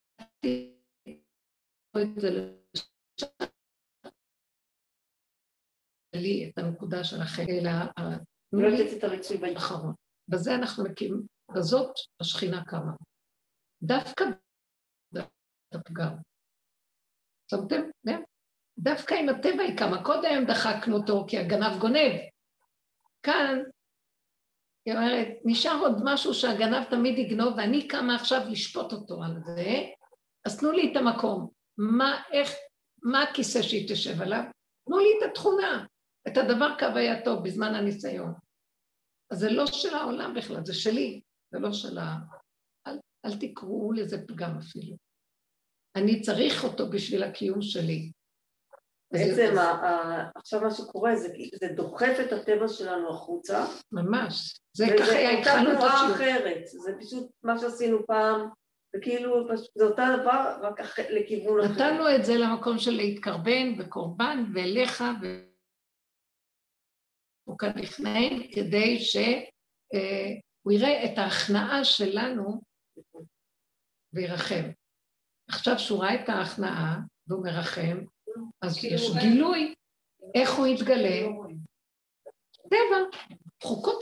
לי את הנקודה שלכם, אלא לא לתת את הריצוי באחרון. בזה אנחנו מקים, בזאת השכינה קמה. דווקא הפגם. שמתם? דווקא עם הטבע היא קמה. קודם דחקנו אותו כי הגנב גונב. כאן, היא אומרת, נשאר עוד משהו שהגנב תמיד יגנוב, ואני קמה עכשיו לשפוט אותו על זה, אז תנו לי את המקום. מה הכיסא שהיא תשב עליו? תנו לי את התכונה, את הדבר כהווייתו בזמן הניסיון. אז זה לא של העולם בכלל, זה שלי, זה לא של אל תקראו לזה פגם אפילו. אני צריך אותו בשביל הקיום שלי. בעצם עכשיו מה שקורה זה דוחף את הטבע שלנו החוצה. ממש. זה ככה הייתה תנועה אחרת, זה פשוט מה שעשינו פעם, וכאילו זה אותה דבר רק לכיוון אחר. נתנו את זה למקום של להתקרבן וקורבן ואליך וכאן לפני, כדי הוא יראה את ההכנעה שלנו וירחם. עכשיו שהוא ראה את ההכנעה והוא מרחם, אז יש גילוי איך הוא יתגלה. טבע, חוקות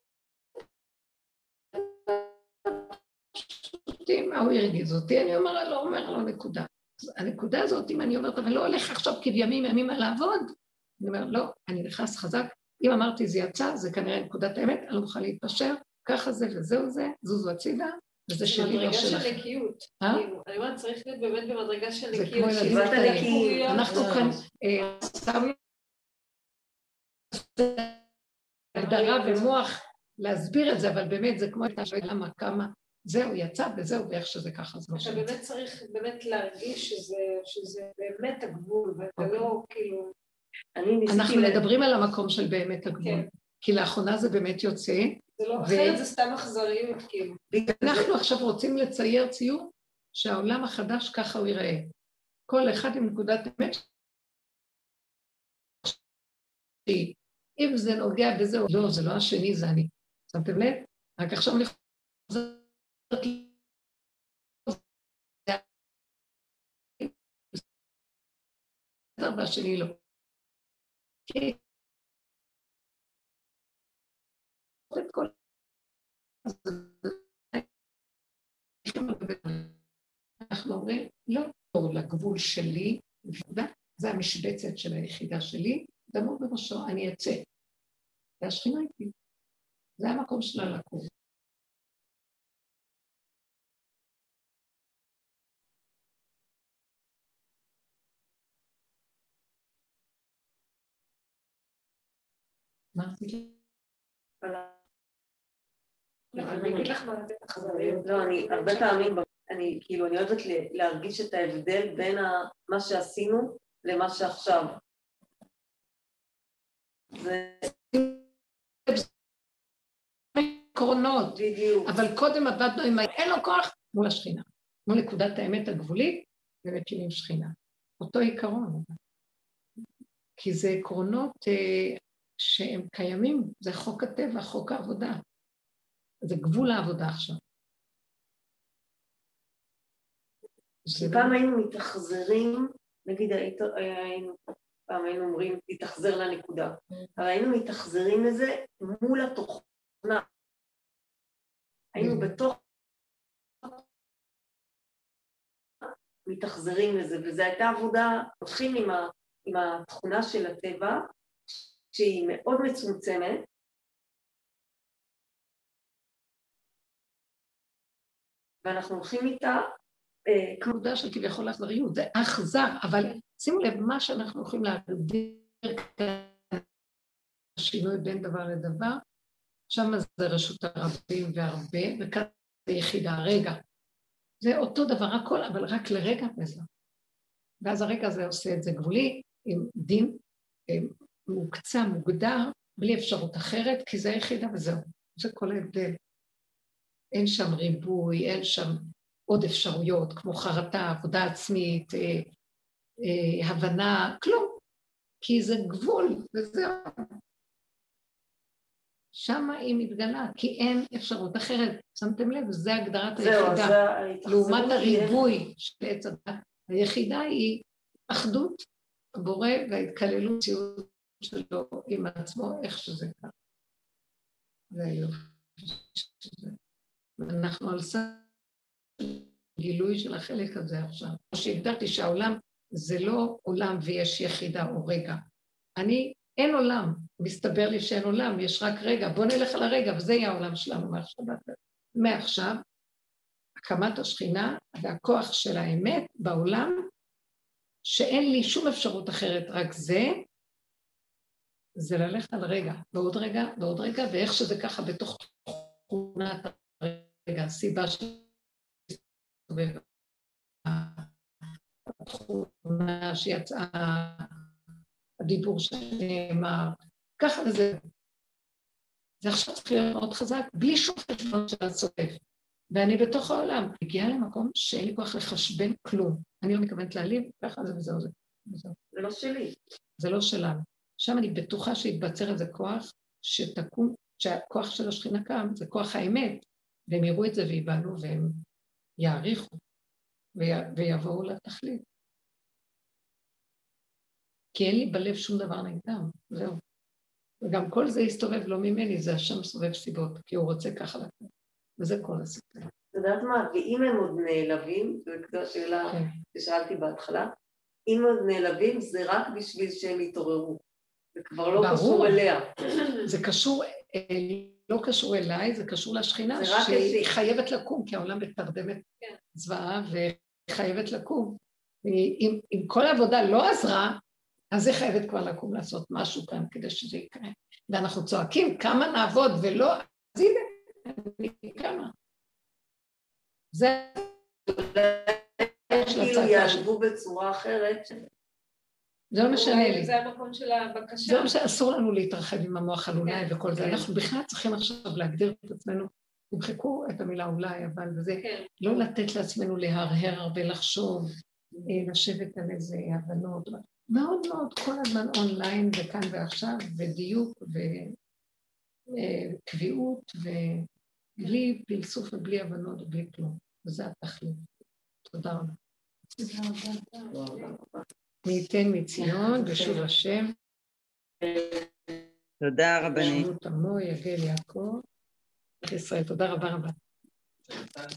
פשוטים, הוא ירגיז אותי, אני אומר לו נקודה. הנקודה הזאת, אם אני אומרת, אבל לא הולך עכשיו כבימים ימימה לעבוד, אני אומר, לא, אני נכנס חזק, אם אמרתי זה יצא, זה כנראה נקודת האמת, אני לא מוכן להתפשר, ככה זה וזהו זה, זוזו הצידה, וזה שלי לא שלכם. זה מדרגה של נקיות. אני אומרת, צריך להיות באמת במדרגה של נקיות. זה כמו ילדים קטנים. אנחנו כאן שמנו הגדרה ומוח להסביר את זה, אבל באמת זה כמו הייתה שואלת למה, כמה, זהו, יצא וזהו, ואיך שזה ככה, זה לא אתה באמת צריך באמת להרגיש שזה באמת הגבול, ואתה לא כאילו... אנחנו מדברים על המקום של באמת הגבול, כי לאחרונה זה באמת יוצא. זה לא אחרת, זה סתם אכזריות, כאילו. אנחנו עכשיו רוצים לצייר ציור שהעולם החדש ככה הוא ייראה. כל אחד עם נקודת אמת. אם זה נוגע בזה, לא, זה לא השני, זה אני. שמתם לב? רק עכשיו אני חוזרת והשני לא. אנחנו אומרים, לא, לגבול שלי, זה המשבצת של היחידה שלי, דמו בראשו, אני אצא. והשכינה איתי. זה המקום שלה לקום. מה עשית? אני אגיד לך מה זה אכזריות. לא, אני הרבה פעמים, אני אוהבת להרגיש את ההבדל בין מה שעשינו למה שעכשיו. זה עקרונות, בדיוק. אבל קודם עבדנו עם אין לו כוח מול השכינה, מול נקודת האמת הגבולית, ומקימים שכינה. אותו עיקרון. כי זה עקרונות שהם קיימים, זה חוק הטבע, חוק העבודה. זה גבול העבודה עכשיו. פעם היינו מתאכזרים, נגיד פעם היינו אומרים, תתאכזר לנקודה, אבל היינו מתאכזרים לזה מול התוכנה. היינו בתוך מתאכזרים לזה, וזו הייתה עבודה, הולכים עם התכונה של הטבע, שהיא מאוד מצומצמת, ואנחנו הולכים איתה, כמודה של כביכול אכזריות, זה אכזר, אבל שימו לב מה שאנחנו יכולים להגדיר כאן, השינוי בין דבר לדבר, שם זה רשות הרבים והרבה, וכאן זה יחידה, רגע. זה אותו דבר הכל, אבל רק לרגע וזה. ואז הרגע הזה עושה את זה גבולי, עם דין מוקצה, מוגדר, בלי אפשרות אחרת, כי זה היחידה וזהו. זה כל ההבדל. אין שם ריבוי, אין שם עוד אפשרויות, כמו חרטה, עבודה עצמית, הבנה, כלום. כי זה גבול, וזהו. שמה היא מתגלה, כי אין אפשרות אחרת. שמתם לב, זה הגדרת היחידה. לעומת הריבוי של עץ הדת, היחידה היא אחדות, הבורא וההתקללות ציוד שלו עם עצמו, איך שזה כאן. זה יופי שזה. אנחנו על סף גילוי של החלק הזה עכשיו. כמו שהגדרתי שהעולם זה לא עולם ויש יחידה או רגע. אין עולם, מסתבר לי שאין עולם, יש רק רגע, בוא נלך על הרגע, וזה יהיה העולם שלנו מעכשיו, הקמת השכינה והכוח של האמת בעולם, שאין לי שום אפשרות אחרת, רק זה ללכת על רגע, ועוד רגע, ועוד רגע, ואיך שזה ככה בתוך תכונת הרגע, הסיבה התכונה שיצאה, הדיבור שנאמר, ככה וזה. זה עכשיו צריך להיות מאוד חזק, בלי שום חשבון של הסובב. ואני בתוך העולם, הגיעה למקום שאין לי כוח לחשבן כלום. אני לא מתכוונת להעליב, ככה זה וזהו זה. זה לא שלי. זה לא שלנו. שם אני בטוחה שיתבצר איזה כוח שתקום, שהכוח של השכינה קם, זה כוח האמת, והם יראו את זה ויבעלו והם יעריכו ויבואו לתכלית. כי אין לי בלב שום דבר נגדם, זהו. וגם כל זה יסתובב לא ממני, זה השם סובב סיבות, כי הוא רוצה ככה לקום. וזה כל הסיפור. את יודעת מה? ואם הם עוד נעלבים, זו שאלה ששאלתי בהתחלה, אם עוד נעלבים זה רק בשביל שהם יתעוררו. זה כבר לא קשור אליה. זה קשור, לא קשור אליי, זה קשור לשכינה שהיא חייבת לקום, כי העולם בתרדמת זוועה והיא חייבת לקום. אם כל העבודה לא עזרה, אז היא חייבת כבר לקום לעשות משהו כאן כדי שזה יקרה. ואנחנו צועקים כמה נעבוד ולא, אז הנה, אני כמה. זה כאילו יעבו בצורה אחרת. זה לא משנה לי. זה המקום של הבקשה. זה לא משנה, אסור לנו להתרחב עם המוח הלולאי וכל זה. אנחנו בכלל צריכים עכשיו להגדיר את עצמנו, תמחקו את המילה אולי, אבל וזה, לא לתת לעצמנו להרהר הרבה, לחשוב, לשבת על איזה הבנות. מאוד מאוד כל הזמן אונליין וכאן ועכשיו, ודיוק וקביעות, ובלי פלסוף ובלי הבנות ובלי כלום. וזה התכלית. תודה רבה. תודה רבה. מי ייתן מציון בשוב השם. תודה רבנית. שמות עמו יגל יעקב. ישראל, תודה רבה רבה.